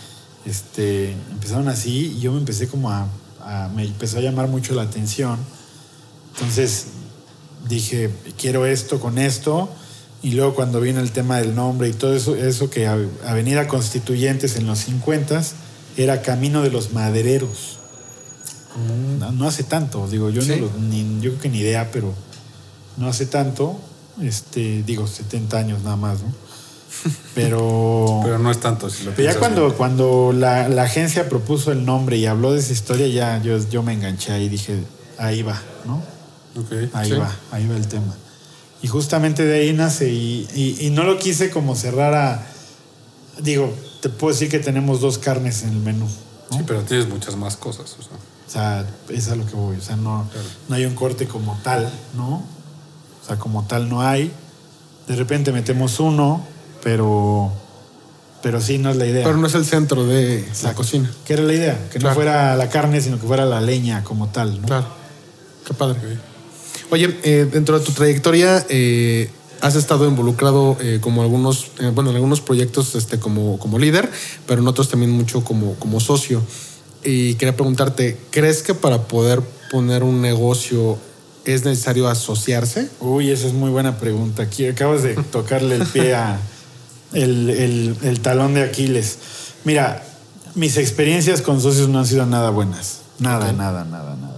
Speaker 2: Este, empezaron así y yo me empecé como a, a... Me empezó a llamar mucho la atención. Entonces dije, quiero esto con esto. Y luego cuando vino el tema del nombre y todo eso, eso que Avenida Constituyentes en los cincuentas era Camino de los Madereros. Mm. No, no hace tanto, digo, yo, ¿sí? no lo, ni, yo creo que ni idea, pero no hace tanto, este, digo, setenta años nada más, ¿no? Pero...
Speaker 3: pero no es tanto. Si lo
Speaker 2: pero ya cuando, cuando la, la agencia propuso el nombre y habló de esa historia, ya yo, yo me enganché ahí y dije, ahí va, ¿no?
Speaker 3: Okay,
Speaker 2: ahí
Speaker 3: sí.
Speaker 2: va, ahí va el tema. Y justamente de ahí nace y, y, y no lo quise como cerrar a... Digo, te puedo decir que tenemos dos carnes en el menú, ¿no?
Speaker 3: Sí, pero tienes muchas más cosas. O sea,
Speaker 2: o sea es a lo que voy. O sea, no, claro. no hay un corte como tal, ¿no? O sea, como tal no hay. De repente metemos uno, pero... Pero sí, no es la idea.
Speaker 1: Pero no es el centro de Exacto. la cocina.
Speaker 2: ¿Qué era la idea? Que claro. no fuera la carne, sino que fuera la leña como tal, ¿no?
Speaker 1: Claro. Qué padre. Okay. Oye, eh, dentro de tu trayectoria eh, has estado involucrado eh, como algunos, eh, bueno, en algunos proyectos este, como, como líder, pero en otros también mucho como, como socio. Y quería preguntarte, ¿crees que para poder poner un negocio es necesario asociarse?
Speaker 2: Uy, esa es muy buena pregunta. Aquí acabas de tocarle el pie a el, el, el talón de Aquiles. Mira, mis experiencias con socios no han sido nada buenas. Nada, okay. nada, nada, nada.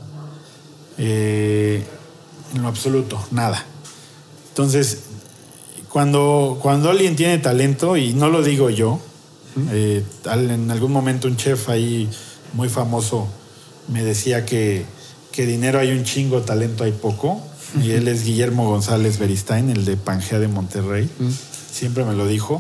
Speaker 2: Eh... En lo absoluto, nada. Entonces, cuando, cuando alguien tiene talento, y no lo digo yo, uh-huh. eh, en algún momento un chef ahí muy famoso me decía que, que dinero hay un chingo, talento hay poco. Uh-huh. Y él es Guillermo González Beristain, el de Pangea de Monterrey. Uh-huh. Siempre me lo dijo.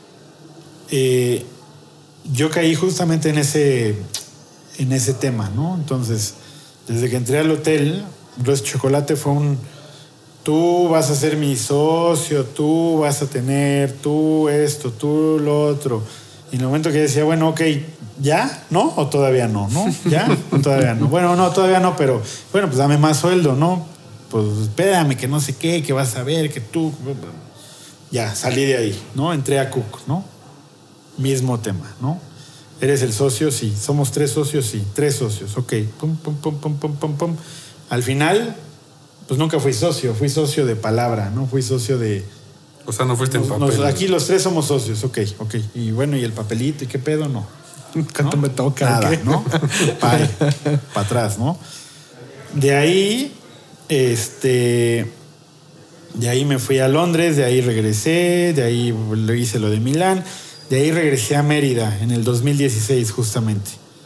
Speaker 2: Eh, yo caí justamente en ese, en ese tema, ¿no? Entonces, desde que entré al hotel... Rose Chocolate fue un... Tú vas a ser mi socio, tú vas a tener, tú esto, tú lo otro. Y en el momento que decía, bueno, ok, ¿ya? ¿No? ¿O todavía no? ¿No? ¿Ya? ¿O todavía no? Bueno, no, todavía no, pero... Bueno, pues dame más sueldo, ¿no? Pues espérame, que no sé qué, que vas a ver, que tú... Ya, salí de ahí, ¿no? Entré a Cook, ¿no? Mismo tema, ¿no? ¿Eres el socio? Sí. ¿Somos tres socios? Sí. Tres socios, ok. Pum, pum, pum, pum, pum, pum, pum. Al final, pues nunca fui socio, fui socio de palabra, ¿no? Fui socio de...
Speaker 3: O sea, no fuiste en papel.
Speaker 2: Nos, aquí los tres somos socios, ok, ok. Y bueno, ¿y el papelito? ¿Y qué pedo? No.
Speaker 1: ¿Cuánto ¿no? me toca?
Speaker 2: Nada, ¿qué? ¿No? Para pa atrás, ¿no? De ahí, este... De ahí me fui a Londres, de ahí regresé, de ahí lo hice lo de Milán, de ahí regresé a Mérida en el dos mil dieciséis justamente.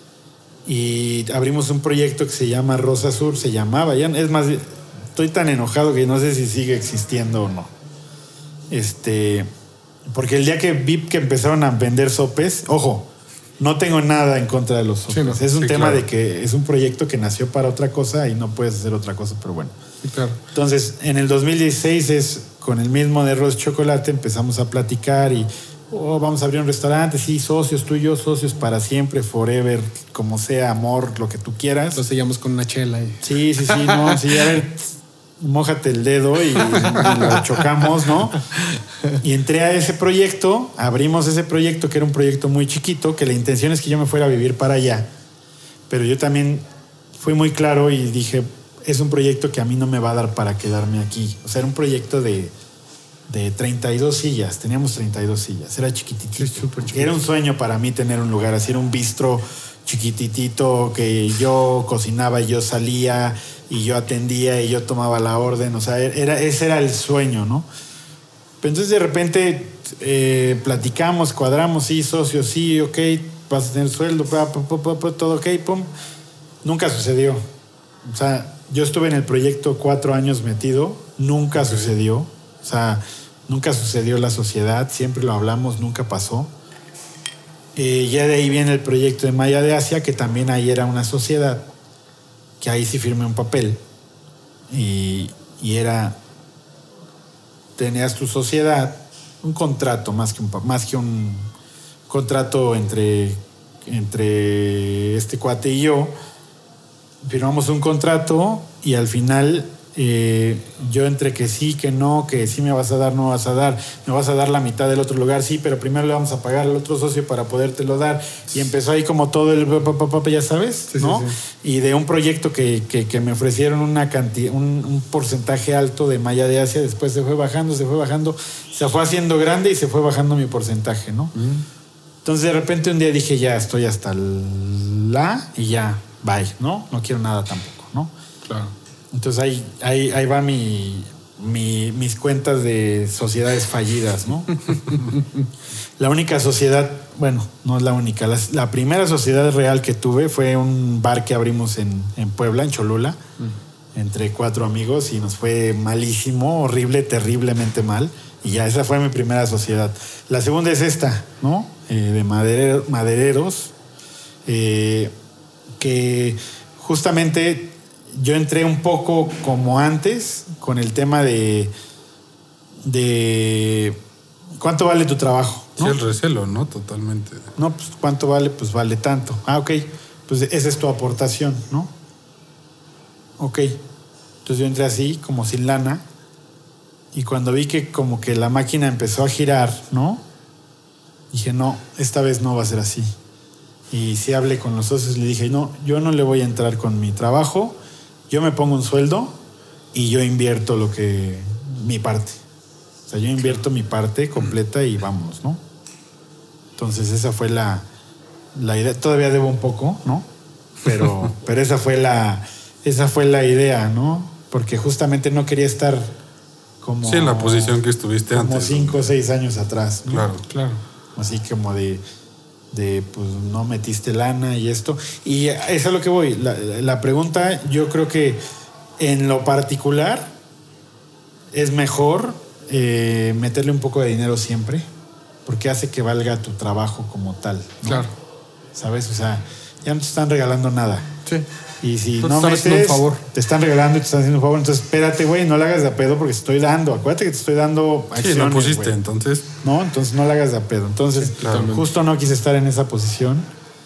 Speaker 2: Y abrimos un proyecto que se llama Rosa Sur, se llamaba, ya es más, estoy tan enojado que no sé si sigue existiendo o no. Este, porque el día que vi que empezaron a vender sopes, ojo, no tengo nada en contra de los sopes. Sí, no, es un sí, tema claro. de que es un proyecto que nació para otra cosa y no puedes hacer otra cosa, pero bueno.
Speaker 1: Sí, claro.
Speaker 2: Entonces, en el dos mil dieciséis es con el mismo de Rose Chocolate, empezamos a platicar y oh, vamos a abrir un restaurante, sí, socios, tú y yo, socios para siempre, forever, como sea, amor, lo que tú quieras.
Speaker 1: Lo sellamos con una chela. Y...
Speaker 2: Sí, sí, sí, no, sí, a ver, mójate el dedo y, y lo chocamos, ¿no? Y entré a ese proyecto, abrimos ese proyecto, que era un proyecto muy chiquito, que la intención es que yo me fuera a vivir para allá. Pero yo también fui muy claro y dije, es un proyecto que a mí no me va a dar para quedarme aquí. O sea, era un proyecto de... de treinta y dos sillas, teníamos treinta y dos sillas, era chiquititito. Sí, era un sueño para mí tener un lugar así, era un bistro chiquititito que yo cocinaba y yo salía y yo atendía y yo tomaba la orden, o sea, era, ese era el sueño, ¿no? Pero entonces de repente eh, platicamos, cuadramos, sí, socios, sí, ok, vas a tener sueldo, pa, pa, pa, pa, pa, todo ok, pum. Nunca sucedió. O sea, yo estuve en el proyecto cuatro años metido, nunca okay. sucedió. O sea, nunca sucedió la sociedad, siempre lo hablamos, nunca pasó. Eh, ya de ahí viene el proyecto de Maya de Asia, que también ahí era una sociedad, que ahí sí firmé un papel. Y, y era, tenías tu sociedad, un contrato, más que un, más que un contrato entre, entre este cuate y yo. Firmamos un contrato y al final... Eh, yo entre que sí, que no, que sí me vas a dar, no vas a dar, me vas a dar la mitad del otro lugar, sí, pero primero le vamos a pagar al otro socio para podértelo dar. Y empezó ahí como todo el ya sabes,
Speaker 1: sí,
Speaker 2: ¿no?
Speaker 1: Sí, sí.
Speaker 2: Y de un proyecto que, que, que me ofrecieron una cantidad, un, un porcentaje alto de malla de Asia, después se fue bajando, se fue bajando, se fue haciendo grande y se fue bajando mi porcentaje, ¿no? Mm. Entonces de repente un día dije, ya estoy hasta la y ya, bye, ¿no? No quiero nada tampoco, ¿no?
Speaker 1: Claro.
Speaker 2: Entonces ahí, ahí, ahí va mi, mi, mis cuentas de sociedades fallidas, ¿no? La única sociedad, bueno, no es la única, la, la primera sociedad real que tuve fue un bar que abrimos en, en Puebla, en Cholula, mm. entre cuatro amigos y nos fue malísimo, horrible, terriblemente mal. Y ya esa fue mi primera sociedad. La segunda es esta, ¿no? Eh, de maderer, madereros, eh, que justamente yo entré un poco como antes con el tema de, de ¿cuánto vale tu trabajo?
Speaker 3: ¿No? Sí, el recelo, ¿no? Totalmente.
Speaker 2: No, pues ¿cuánto vale? Pues vale tanto. Ah, ok. Pues esa es tu aportación, ¿no? Ok. Entonces yo entré así, como sin lana. Y cuando vi que como que la máquina empezó a girar, ¿no? Dije, no, esta vez no va a ser así. Y sí hablé con los socios y le dije, no, yo no le voy a entrar con mi trabajo. Yo me pongo un sueldo y yo invierto lo que... mi parte. O sea, yo invierto mi parte completa y vamos, ¿no? Entonces esa fue la, la idea. Todavía debo un poco, ¿no? Pero, pero esa fue la, esa fue la idea, ¿no? Porque justamente no quería estar como...
Speaker 3: Sí, en la posición que estuviste
Speaker 2: como
Speaker 3: antes.
Speaker 2: Como cinco o seis años atrás, ¿no?
Speaker 3: Claro, claro.
Speaker 2: Así como de... de pues no metiste lana y esto. Y eso es a lo que voy. La, la pregunta, yo creo que en lo particular es mejor eh, meterle un poco de dinero siempre, porque hace que valga tu trabajo como tal, ¿no?
Speaker 1: Claro.
Speaker 2: ¿Sabes? O sea, ya no te están regalando nada.
Speaker 1: Sí.
Speaker 2: Y si
Speaker 1: Tú
Speaker 2: no
Speaker 1: te
Speaker 2: metes,
Speaker 1: un favor.
Speaker 2: te están regalando y te están haciendo un favor. Entonces, espérate, güey, no le hagas de a pedo porque te estoy dando. Acuérdate que te estoy dando acciones,
Speaker 3: sí, no pusiste,
Speaker 2: güey.
Speaker 3: entonces.
Speaker 2: No, entonces no le hagas de a pedo. Entonces,
Speaker 3: sí, claro.
Speaker 2: justo no quise estar en esa posición.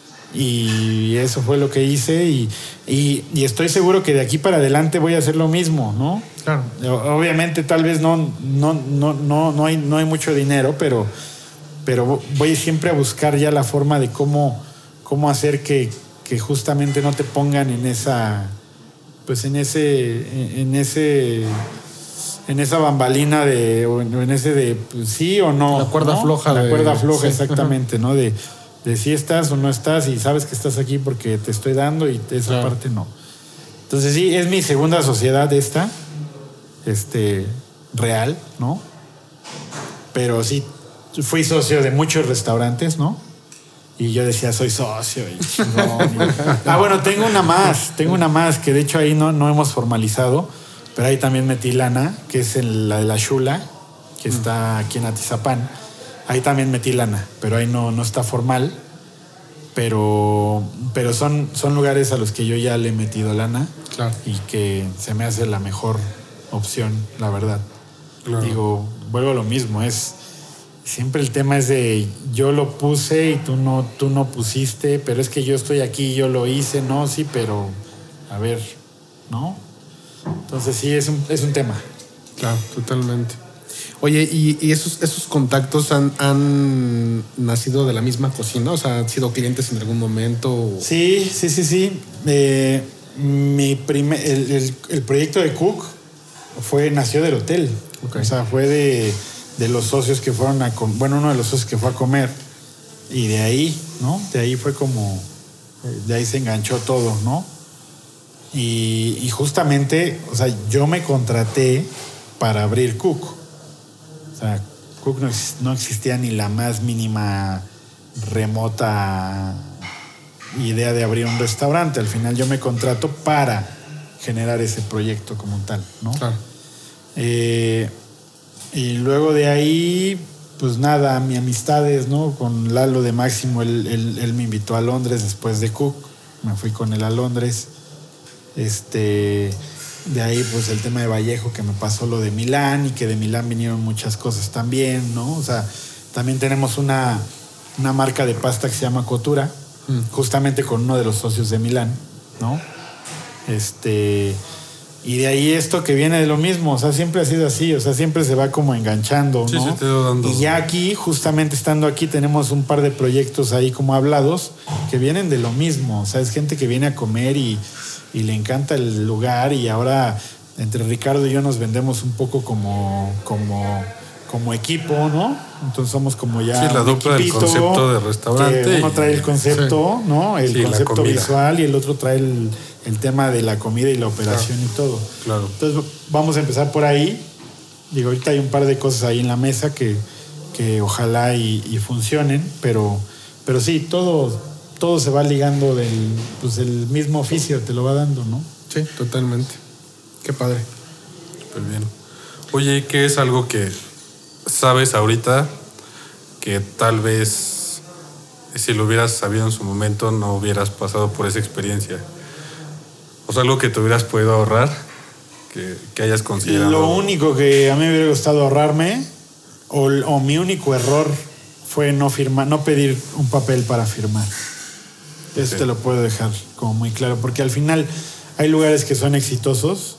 Speaker 2: Y eso fue lo que hice. Y, y, y estoy seguro que de aquí para adelante voy a hacer lo mismo, ¿no?
Speaker 1: Claro.
Speaker 2: Obviamente, tal vez no, no, no, no, no, hay, no hay mucho dinero, pero, pero voy siempre a buscar ya la forma de cómo, cómo hacer que, que justamente no te pongan en esa... pues en ese en ese en esa bambalina de o en ese de pues, sí o no,
Speaker 1: la cuerda
Speaker 2: ¿no?
Speaker 1: floja
Speaker 2: la
Speaker 1: de,
Speaker 2: cuerda floja,
Speaker 1: sí.
Speaker 2: exactamente, no de de si estás o no estás y sabes que estás aquí porque te estoy dando y esa claro. parte no. Entonces sí, es mi segunda sociedad esta este real, ¿no? Pero sí fui socio de muchos restaurantes, ¿no? Y yo decía, soy socio. Y chingón. Ah, bueno, tengo una más. Tengo una más que de hecho ahí no, no hemos formalizado. Pero ahí también metí lana, que es en la de la Xula, que está aquí en Atizapán. Ahí también metí lana, pero ahí no, no está formal. Pero, pero son, son lugares a los que yo ya le he metido lana.
Speaker 1: Claro.
Speaker 2: Y que se me hace la mejor opción, la verdad. Claro. Digo, vuelvo a lo mismo, es... Siempre el tema es de yo lo puse y tú no, tú no pusiste, pero es que yo estoy aquí, yo lo hice, no, sí, pero a ver, ¿no? Entonces sí, es un, es un tema.
Speaker 1: Claro, totalmente. Oye, ¿y, y esos, esos contactos han, han nacido de la misma cocina? O sea, ¿han sido clientes en algún momento?
Speaker 2: Sí, sí, sí, sí. Eh, mi primer, el, el, el proyecto de Cook fue, nació del hotel. Okay. O sea, fue de... de los socios que fueron a comer, bueno, uno de los socios que fue a comer, y de ahí, ¿no? De ahí fue como, de ahí se enganchó todo, ¿no? Y, y justamente, o sea, yo me contraté para abrir Cook. O sea, Cook no, no existía ni la más mínima remota idea de abrir un restaurante. Al final yo me contrato para generar ese proyecto como tal, ¿no?
Speaker 1: Claro.
Speaker 2: Eh... Y luego de ahí, pues nada, mis amistades, ¿no? Con Lalo de Máximo, él, él, él me invitó a Londres después de Cook. Me fui con él a Londres. Este, de ahí, pues el tema de Vallejo, que me pasó lo de Milán y que de Milán vinieron muchas cosas también, ¿no? O sea, también tenemos una, una marca de pasta que se llama Cotura, mm. justamente con uno de los socios de Milán, ¿no? Este... Y de ahí esto que viene de lo mismo, o sea, siempre ha sido así, o sea, siempre se va como enganchando,
Speaker 3: sí,
Speaker 2: ¿no?
Speaker 3: se te va dando.
Speaker 2: Y ya aquí, justamente estando aquí, tenemos un par de proyectos ahí como hablados que vienen de lo mismo, o sea, es gente que viene a comer y, y le encanta el lugar y ahora entre Ricardo y yo nos vendemos un poco como, como, como equipo, ¿no? Entonces somos como ya
Speaker 3: sí, la dupla del concepto de restaurante.
Speaker 2: Uno trae el concepto, sí. ¿no? El
Speaker 3: sí,
Speaker 2: concepto visual y el otro trae el, el tema de la comida y la operación
Speaker 3: claro.
Speaker 2: y todo.
Speaker 3: Claro.
Speaker 2: Entonces vamos a empezar por ahí. Digo, ahorita hay un par de cosas ahí en la mesa que, que ojalá y, y funcionen, pero, pero sí, todo, todo se va ligando del pues, el mismo oficio, te lo va dando, ¿no?
Speaker 1: Sí, totalmente. Qué padre.
Speaker 3: Súper bien. Oye, ¿qué es algo que sabes ahorita que tal vez si lo hubieras sabido en su momento no hubieras pasado por esa experiencia? O sea, algo que te hubieras podido ahorrar, que, que hayas considerado.
Speaker 2: Lo único que a mí me hubiera gustado ahorrarme, o, o mi único error, fue no firmar, no pedir un papel para firmar. Eso sí. Te lo puedo dejar como muy claro, porque al final hay lugares que son exitosos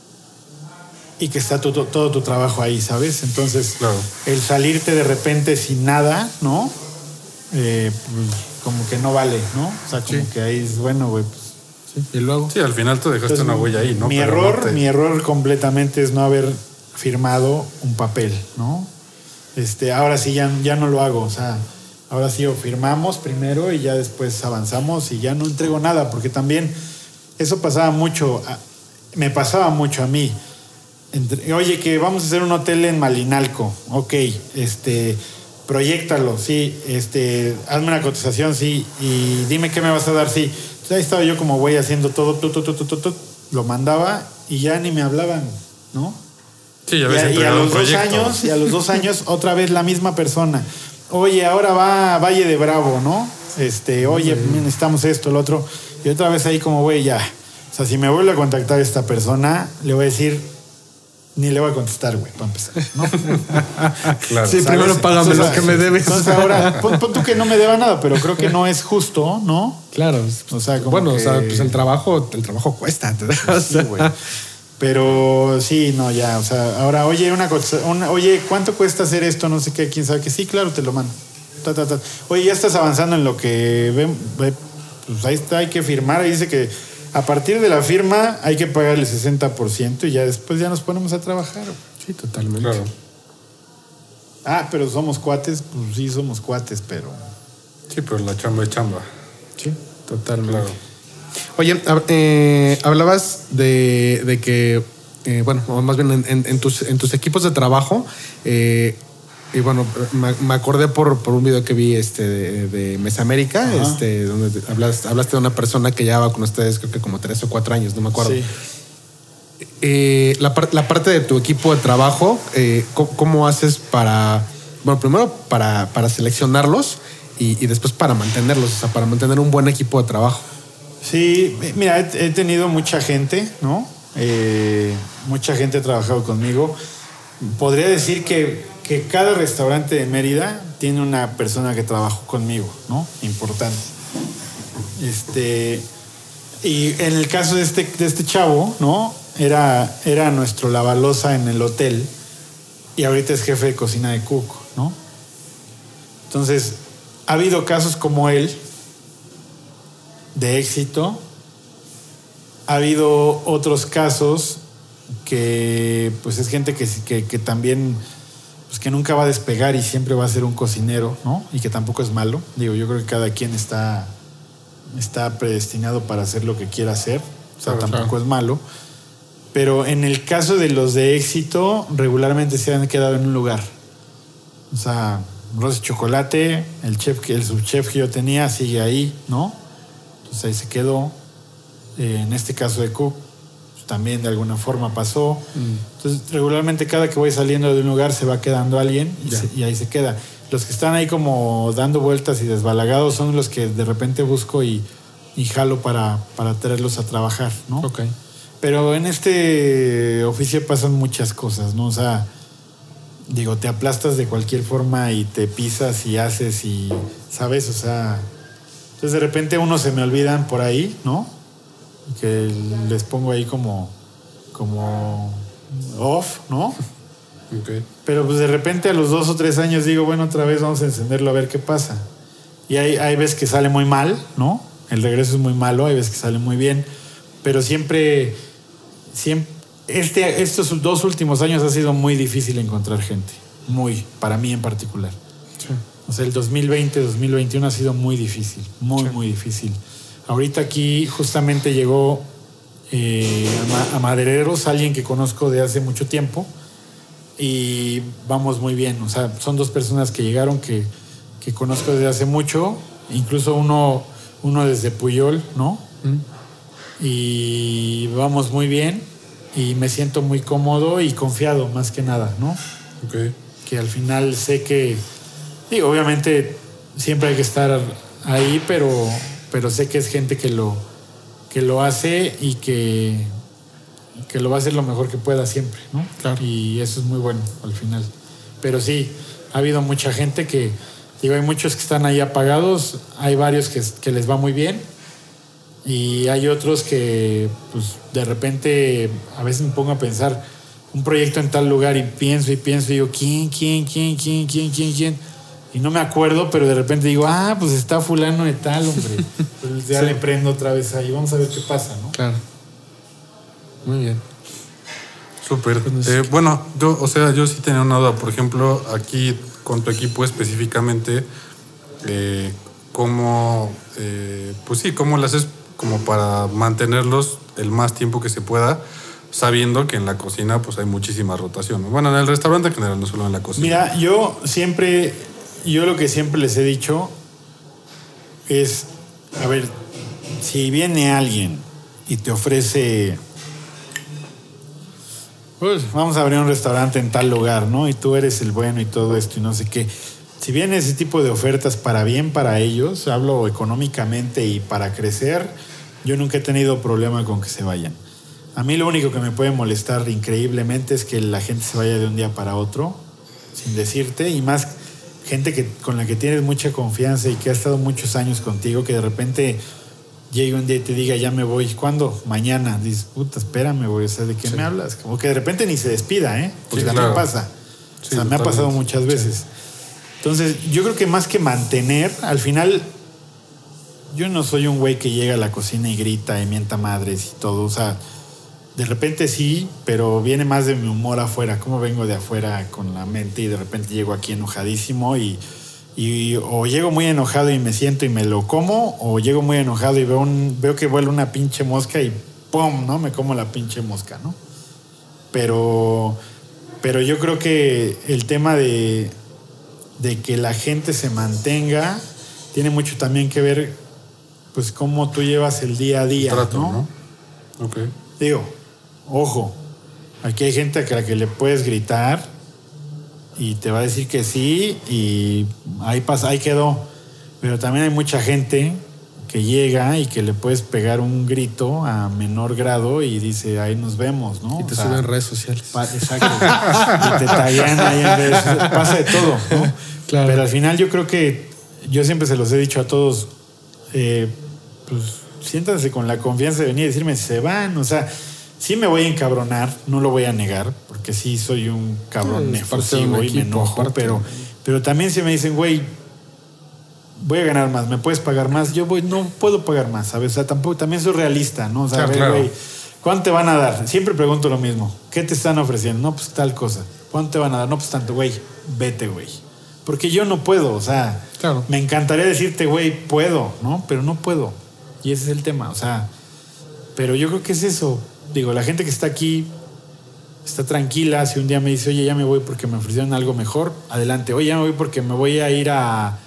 Speaker 2: y que está tu, tu, todo tu trabajo ahí, ¿sabes? Entonces,
Speaker 3: claro.
Speaker 2: el salirte de repente sin nada, ¿no? Eh, pues, como que no vale, ¿no? O sea, como sí. que ahí es bueno, güey, pues,
Speaker 1: sí. Y luego.
Speaker 3: Sí, al final tú dejaste
Speaker 2: entonces,
Speaker 3: una huella ahí, ¿no?
Speaker 2: Mi
Speaker 3: Pero
Speaker 2: error,
Speaker 3: no te...
Speaker 2: mi error completamente es no haber firmado un papel, ¿no? Este, ahora sí ya, ya no lo hago, o sea, ahora sí o firmamos primero y ya después avanzamos y ya no entrego nada, porque también eso pasaba mucho, me pasaba mucho a mí. Entre, oye, que vamos a hacer un hotel en Malinalco, ok, este, proyéctalo, sí, este, hazme una cotización, sí, y dime qué me vas a dar, sí. Entonces ahí estaba yo como güey haciendo todo, tu, tu, tu, tu, tu, tu, lo mandaba y ya ni me hablaban, ¿no?
Speaker 3: Sí, ya
Speaker 2: ves. Y, y a los dos años, y a los dos años otra vez la misma persona. Oye, ahora va a Valle de Bravo, ¿no? Este, oye, necesitamos esto, lo otro. Y otra vez ahí como güey, ya. O sea, si me vuelve a contactar esta persona, le voy a decir, ni le voy a contestar, güey, para empezar, ¿no?
Speaker 1: Claro. Sí, ¿sabes? Primero págame lo que me debes.
Speaker 2: Entonces ahora, pon, pon tú que no me deba nada, pero creo que no es justo, ¿no?
Speaker 1: Claro.
Speaker 2: O sea, como
Speaker 1: bueno,
Speaker 2: que...
Speaker 1: o sea, pues el trabajo, el trabajo cuesta.
Speaker 2: Sí, güey. Pero sí, no, ya, o sea, ahora, oye, una cosa, una, oye, ¿cuánto cuesta hacer esto? No sé qué, quién sabe que sí, claro, te lo mando. Ta, ta, ta. Oye, ya estás avanzando en lo que ve, ve, pues ahí está, hay que firmar, ahí dice que a partir de la firma hay que pagar el sesenta por ciento y ya después ya nos ponemos a trabajar.
Speaker 1: Sí, totalmente.
Speaker 3: Claro.
Speaker 2: Ah, pero somos cuates, pues sí, somos cuates, pero...
Speaker 3: Sí, pero la chamba es chamba.
Speaker 1: Sí, totalmente.
Speaker 3: Claro.
Speaker 1: Oye, eh, hablabas de, de que, eh, bueno, más bien en, en, en, tus, en tus equipos de trabajo, eh, y bueno, me, me acordé por, por un video que vi este de, de Mesamérica, este, donde hablaste, hablaste de una persona que llevaba con ustedes creo que como tres o cuatro años, no me acuerdo.
Speaker 2: Sí.
Speaker 1: Eh, la, la parte de tu equipo de trabajo, eh, ¿cómo, ¿cómo haces para, bueno, primero para, para seleccionarlos y, y después para mantenerlos, o sea, para mantener un buen equipo de trabajo?
Speaker 2: Sí, mira, he, he tenido mucha gente, ¿no? Eh, mucha gente ha trabajado conmigo. Podría decir que, que cada restaurante de Mérida tiene una persona que trabajó conmigo, ¿no? Importante. Este, y en el caso de este, de este chavo, ¿no? Era, era nuestro lavaloza en el hotel y ahorita es jefe de cocina de Cuco, ¿no? Entonces, ha habido casos como él de éxito. Ha habido otros casos que pues es gente que, que, que también pues que nunca va a despegar y siempre va a ser un cocinero, ¿no? Y que tampoco es malo. Digo, yo creo que cada quien está, está predestinado para hacer lo que quiera hacer. O sea, claro, tampoco claro. es malo. Pero en el caso de los de éxito, regularmente se han quedado en un lugar. O sea, Rosy Chocolate, el chef, el subchef que yo tenía sigue ahí, ¿no? Entonces ahí se quedó. Eh, en este caso de Cook, pues, también de alguna forma pasó. Mm. Entonces, regularmente cada que voy saliendo de un lugar se va quedando alguien y, se, y ahí se queda. Los que están ahí como dando vueltas y desbalagados son los que de repente busco y, y jalo para, para traerlos a trabajar, ¿no?
Speaker 1: Okay.
Speaker 2: Pero en este oficio pasan muchas cosas, ¿no? O sea, digo, te aplastas de cualquier forma y te pisas y haces y, ¿sabes? O sea, entonces de repente unos se me olvidan por ahí, ¿no? Que les pongo ahí como, como off, ¿no?
Speaker 3: Okay.
Speaker 2: Pero pues de repente a los dos o tres años digo, bueno, otra vez vamos a encenderlo a ver qué pasa. Y hay, hay veces que sale muy mal, ¿no? El regreso es muy malo, hay veces que sale muy bien, pero siempre, siempre este, estos dos últimos años ha sido muy difícil encontrar gente, muy, para mí en particular.
Speaker 1: Sí.
Speaker 2: O sea, el dos mil veinte, dos mil veintiuno ha sido muy difícil, muy, sí. muy difícil. Ahorita aquí justamente llegó eh, a Madereros, alguien que conozco de hace mucho tiempo, y vamos muy bien. O sea, son dos personas que llegaron que, que conozco desde hace mucho, incluso uno, uno desde Puyol, ¿no? Mm. Y vamos muy bien y me siento muy cómodo y confiado más que nada, ¿no?
Speaker 3: Okay.
Speaker 2: Que al final sé que, digo, obviamente siempre hay que estar ahí, pero, pero sé que es gente que lo, que lo hace y que, que lo va a hacer lo mejor que pueda siempre, ¿no?
Speaker 1: Claro.
Speaker 2: Y eso es muy bueno al final. Pero sí, ha habido mucha gente que, digo, hay muchos que están ahí apagados, hay varios que, que les va muy bien y hay otros que, pues, de repente a veces me pongo a pensar un proyecto en tal lugar y pienso y pienso y digo, ¿quién, quién, quién, quién, quién, quién, quién? Y no me acuerdo, pero de repente digo, ah, pues está fulano de tal, hombre. Pues ya sí. Le prendo otra vez ahí, vamos a ver qué pasa, ¿no?
Speaker 1: Claro. Muy bien.
Speaker 3: Súper. Eh, bueno, yo, o sea, yo sí tenía una duda. Por ejemplo, aquí con tu equipo específicamente, eh, ¿cómo, eh, pues sí, cómo lo haces como para mantenerlos el más tiempo que se pueda, sabiendo que en la cocina pues hay muchísima rotación? Bueno, en el restaurante en general, no solo en la cocina.
Speaker 2: Mira, yo siempre, yo lo que siempre les he dicho es, a ver, si viene alguien y te ofrece, pues vamos a abrir un restaurante en tal lugar, ¿no? Y tú eres el bueno y todo esto y no sé qué. Si viene ese tipo de ofertas para bien para ellos, hablo económicamente y para crecer, yo nunca he tenido problema con que se vayan. A mí lo único que me puede molestar increíblemente es que la gente se vaya de un día para otro, sin decirte, y más gente que, con la que tienes mucha confianza y que ha estado muchos años contigo, que de repente llegue un día y te diga, ya me voy. ¿Cuándo? Mañana. Dices, puta, espérame, güey, o sea, ¿de qué sí. me hablas? Como que de repente ni se despida, ¿eh? Porque sí, también claro. pasa. Sí, o sea, me ha pasado muchas veces. Sí. Entonces, yo creo que más que mantener, al final, yo no soy un güey que llega a la cocina y grita y mienta madres y todo, o sea, de repente sí, pero viene más de mi humor afuera. Como vengo de afuera con la mente y de repente llego aquí enojadísimo y, y o llego muy enojado y me siento y me lo como, o llego muy enojado y veo, un, veo que vuela una pinche mosca y ¡pum!, ¿no? Me como la pinche mosca, ¿no? Pero, pero yo creo que el tema de, de que la gente se mantenga tiene mucho también que ver, pues, cómo tú llevas el día a día,
Speaker 3: trato,
Speaker 2: ¿no?
Speaker 3: ¿no? Ok.
Speaker 2: Digo, ojo, aquí hay gente a la que le puedes gritar y te va a decir que sí y ahí pasa, ahí quedó. Pero también hay mucha gente que llega y que le puedes pegar un grito a menor grado y dice, ahí nos vemos, ¿no?
Speaker 1: Y te o sea, suben redes sociales.
Speaker 2: Pa- exacto. Y te taguean ahí en redes sociales. Pasa de todo, ¿no? Claro. Pero al final yo creo que, yo siempre se los he dicho a todos, eh, pues siéntanse con la confianza de venir y decirme si se van, o sea, sí me voy a encabronar, no lo voy a negar, porque sí soy un cabrón
Speaker 1: sí,
Speaker 2: efusivo y me enojo, pero, pero también si me dicen, güey, voy a ganar más, ¿me puedes pagar más? Yo voy, no puedo pagar más, ¿sabes? O sea, tampoco, también soy realista, ¿no? O sea,
Speaker 3: claro,
Speaker 2: a ver,
Speaker 3: claro.
Speaker 2: güey, ¿cuánto te van a dar? Siempre pregunto lo mismo, ¿qué te están ofreciendo? No, pues tal cosa. ¿Cuánto te van a dar? No, pues tanto, güey, vete, güey. Porque yo no puedo, o sea,
Speaker 1: claro.
Speaker 2: Me encantaría decirte, güey, puedo, ¿no? Pero no puedo. Y ese es el tema, o sea, pero yo creo que es eso. Digo, la gente que está aquí está tranquila. Si un día me dice, oye, ya me voy porque me ofrecieron algo mejor, adelante. Oye, ya me voy porque me voy a ir a,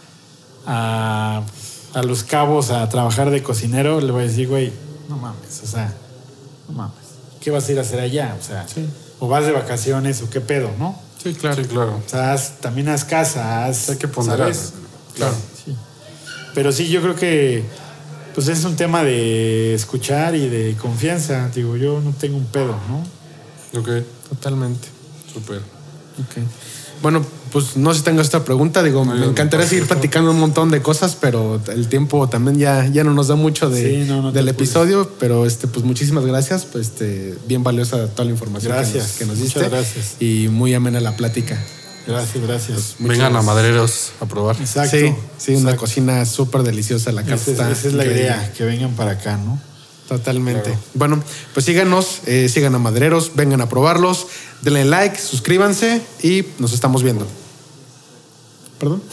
Speaker 2: a, a Los Cabos a trabajar de cocinero, le voy a decir, güey, no mames, o sea, no mames. ¿Qué vas a ir a hacer allá? O sea,
Speaker 1: sí.
Speaker 2: O vas de vacaciones o qué pedo, ¿no?
Speaker 3: Sí, claro. Sí, claro.
Speaker 2: O sea, haz, también haz casa, haz,
Speaker 3: hay que ponderar.
Speaker 2: ¿sabes?
Speaker 3: Claro.
Speaker 2: Sí. Pero sí, yo creo que pues es un tema de escuchar y de confianza. Digo, yo no tengo un pedo, ¿no?
Speaker 3: Ok.
Speaker 1: Totalmente.
Speaker 3: Súper.
Speaker 1: Ok. bueno, pues no sé si tengo esta pregunta. Digo,
Speaker 3: no,
Speaker 1: me encantaría seguir platicando un montón de cosas, pero el tiempo también ya, ya no nos da mucho de,
Speaker 2: sí, no, no
Speaker 1: del episodio. Apures. Pero este, pues muchísimas gracias. Pues este, bien valiosa toda la información
Speaker 2: gracias,
Speaker 1: que nos, que nos diste.
Speaker 2: Muchas gracias.
Speaker 1: Y muy amena la plática.
Speaker 2: Gracias, gracias.
Speaker 3: Pues, vengan gracias. a Madreros a probar.
Speaker 2: Exacto.
Speaker 1: Sí, sí,
Speaker 2: exacto.
Speaker 1: Una cocina súper deliciosa. La carta
Speaker 2: esa, esa es la idea, que vengan para acá, ¿no?
Speaker 1: Totalmente. Claro. Bueno, pues síganos, eh, sigan a Madreros, vengan a probarlos, denle like, suscríbanse y nos estamos viendo. ¿Perdón?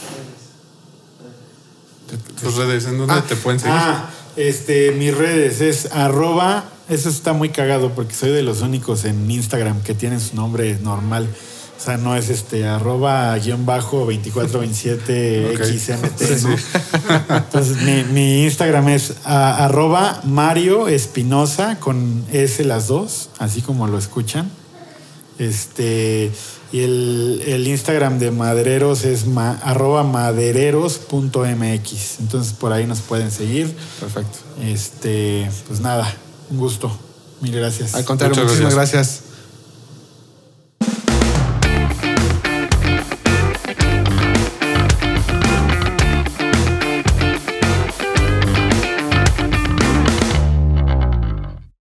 Speaker 3: Tus redes, ¿en dónde ah, te pueden seguir?
Speaker 2: Ah, este, mis redes es arroba, eso está muy cagado porque soy de los únicos en Instagram que tienen su nombre normal. O sea, no es este arroba guión bajo veinticuatro veintisiete okay. X M T, ¿no? Sí, sí. Entonces, mi, mi Instagram es a, arroba Mario Espinosa con S las dos, así como lo escuchan. Este, y el, el Instagram de Madereros es ma, arroba madereros punto m x. Entonces, por ahí nos pueden seguir.
Speaker 1: Perfecto.
Speaker 2: Este, pues nada, un gusto. Mil gracias.
Speaker 1: Al contrario, muchas muchísimas gracias. gracias.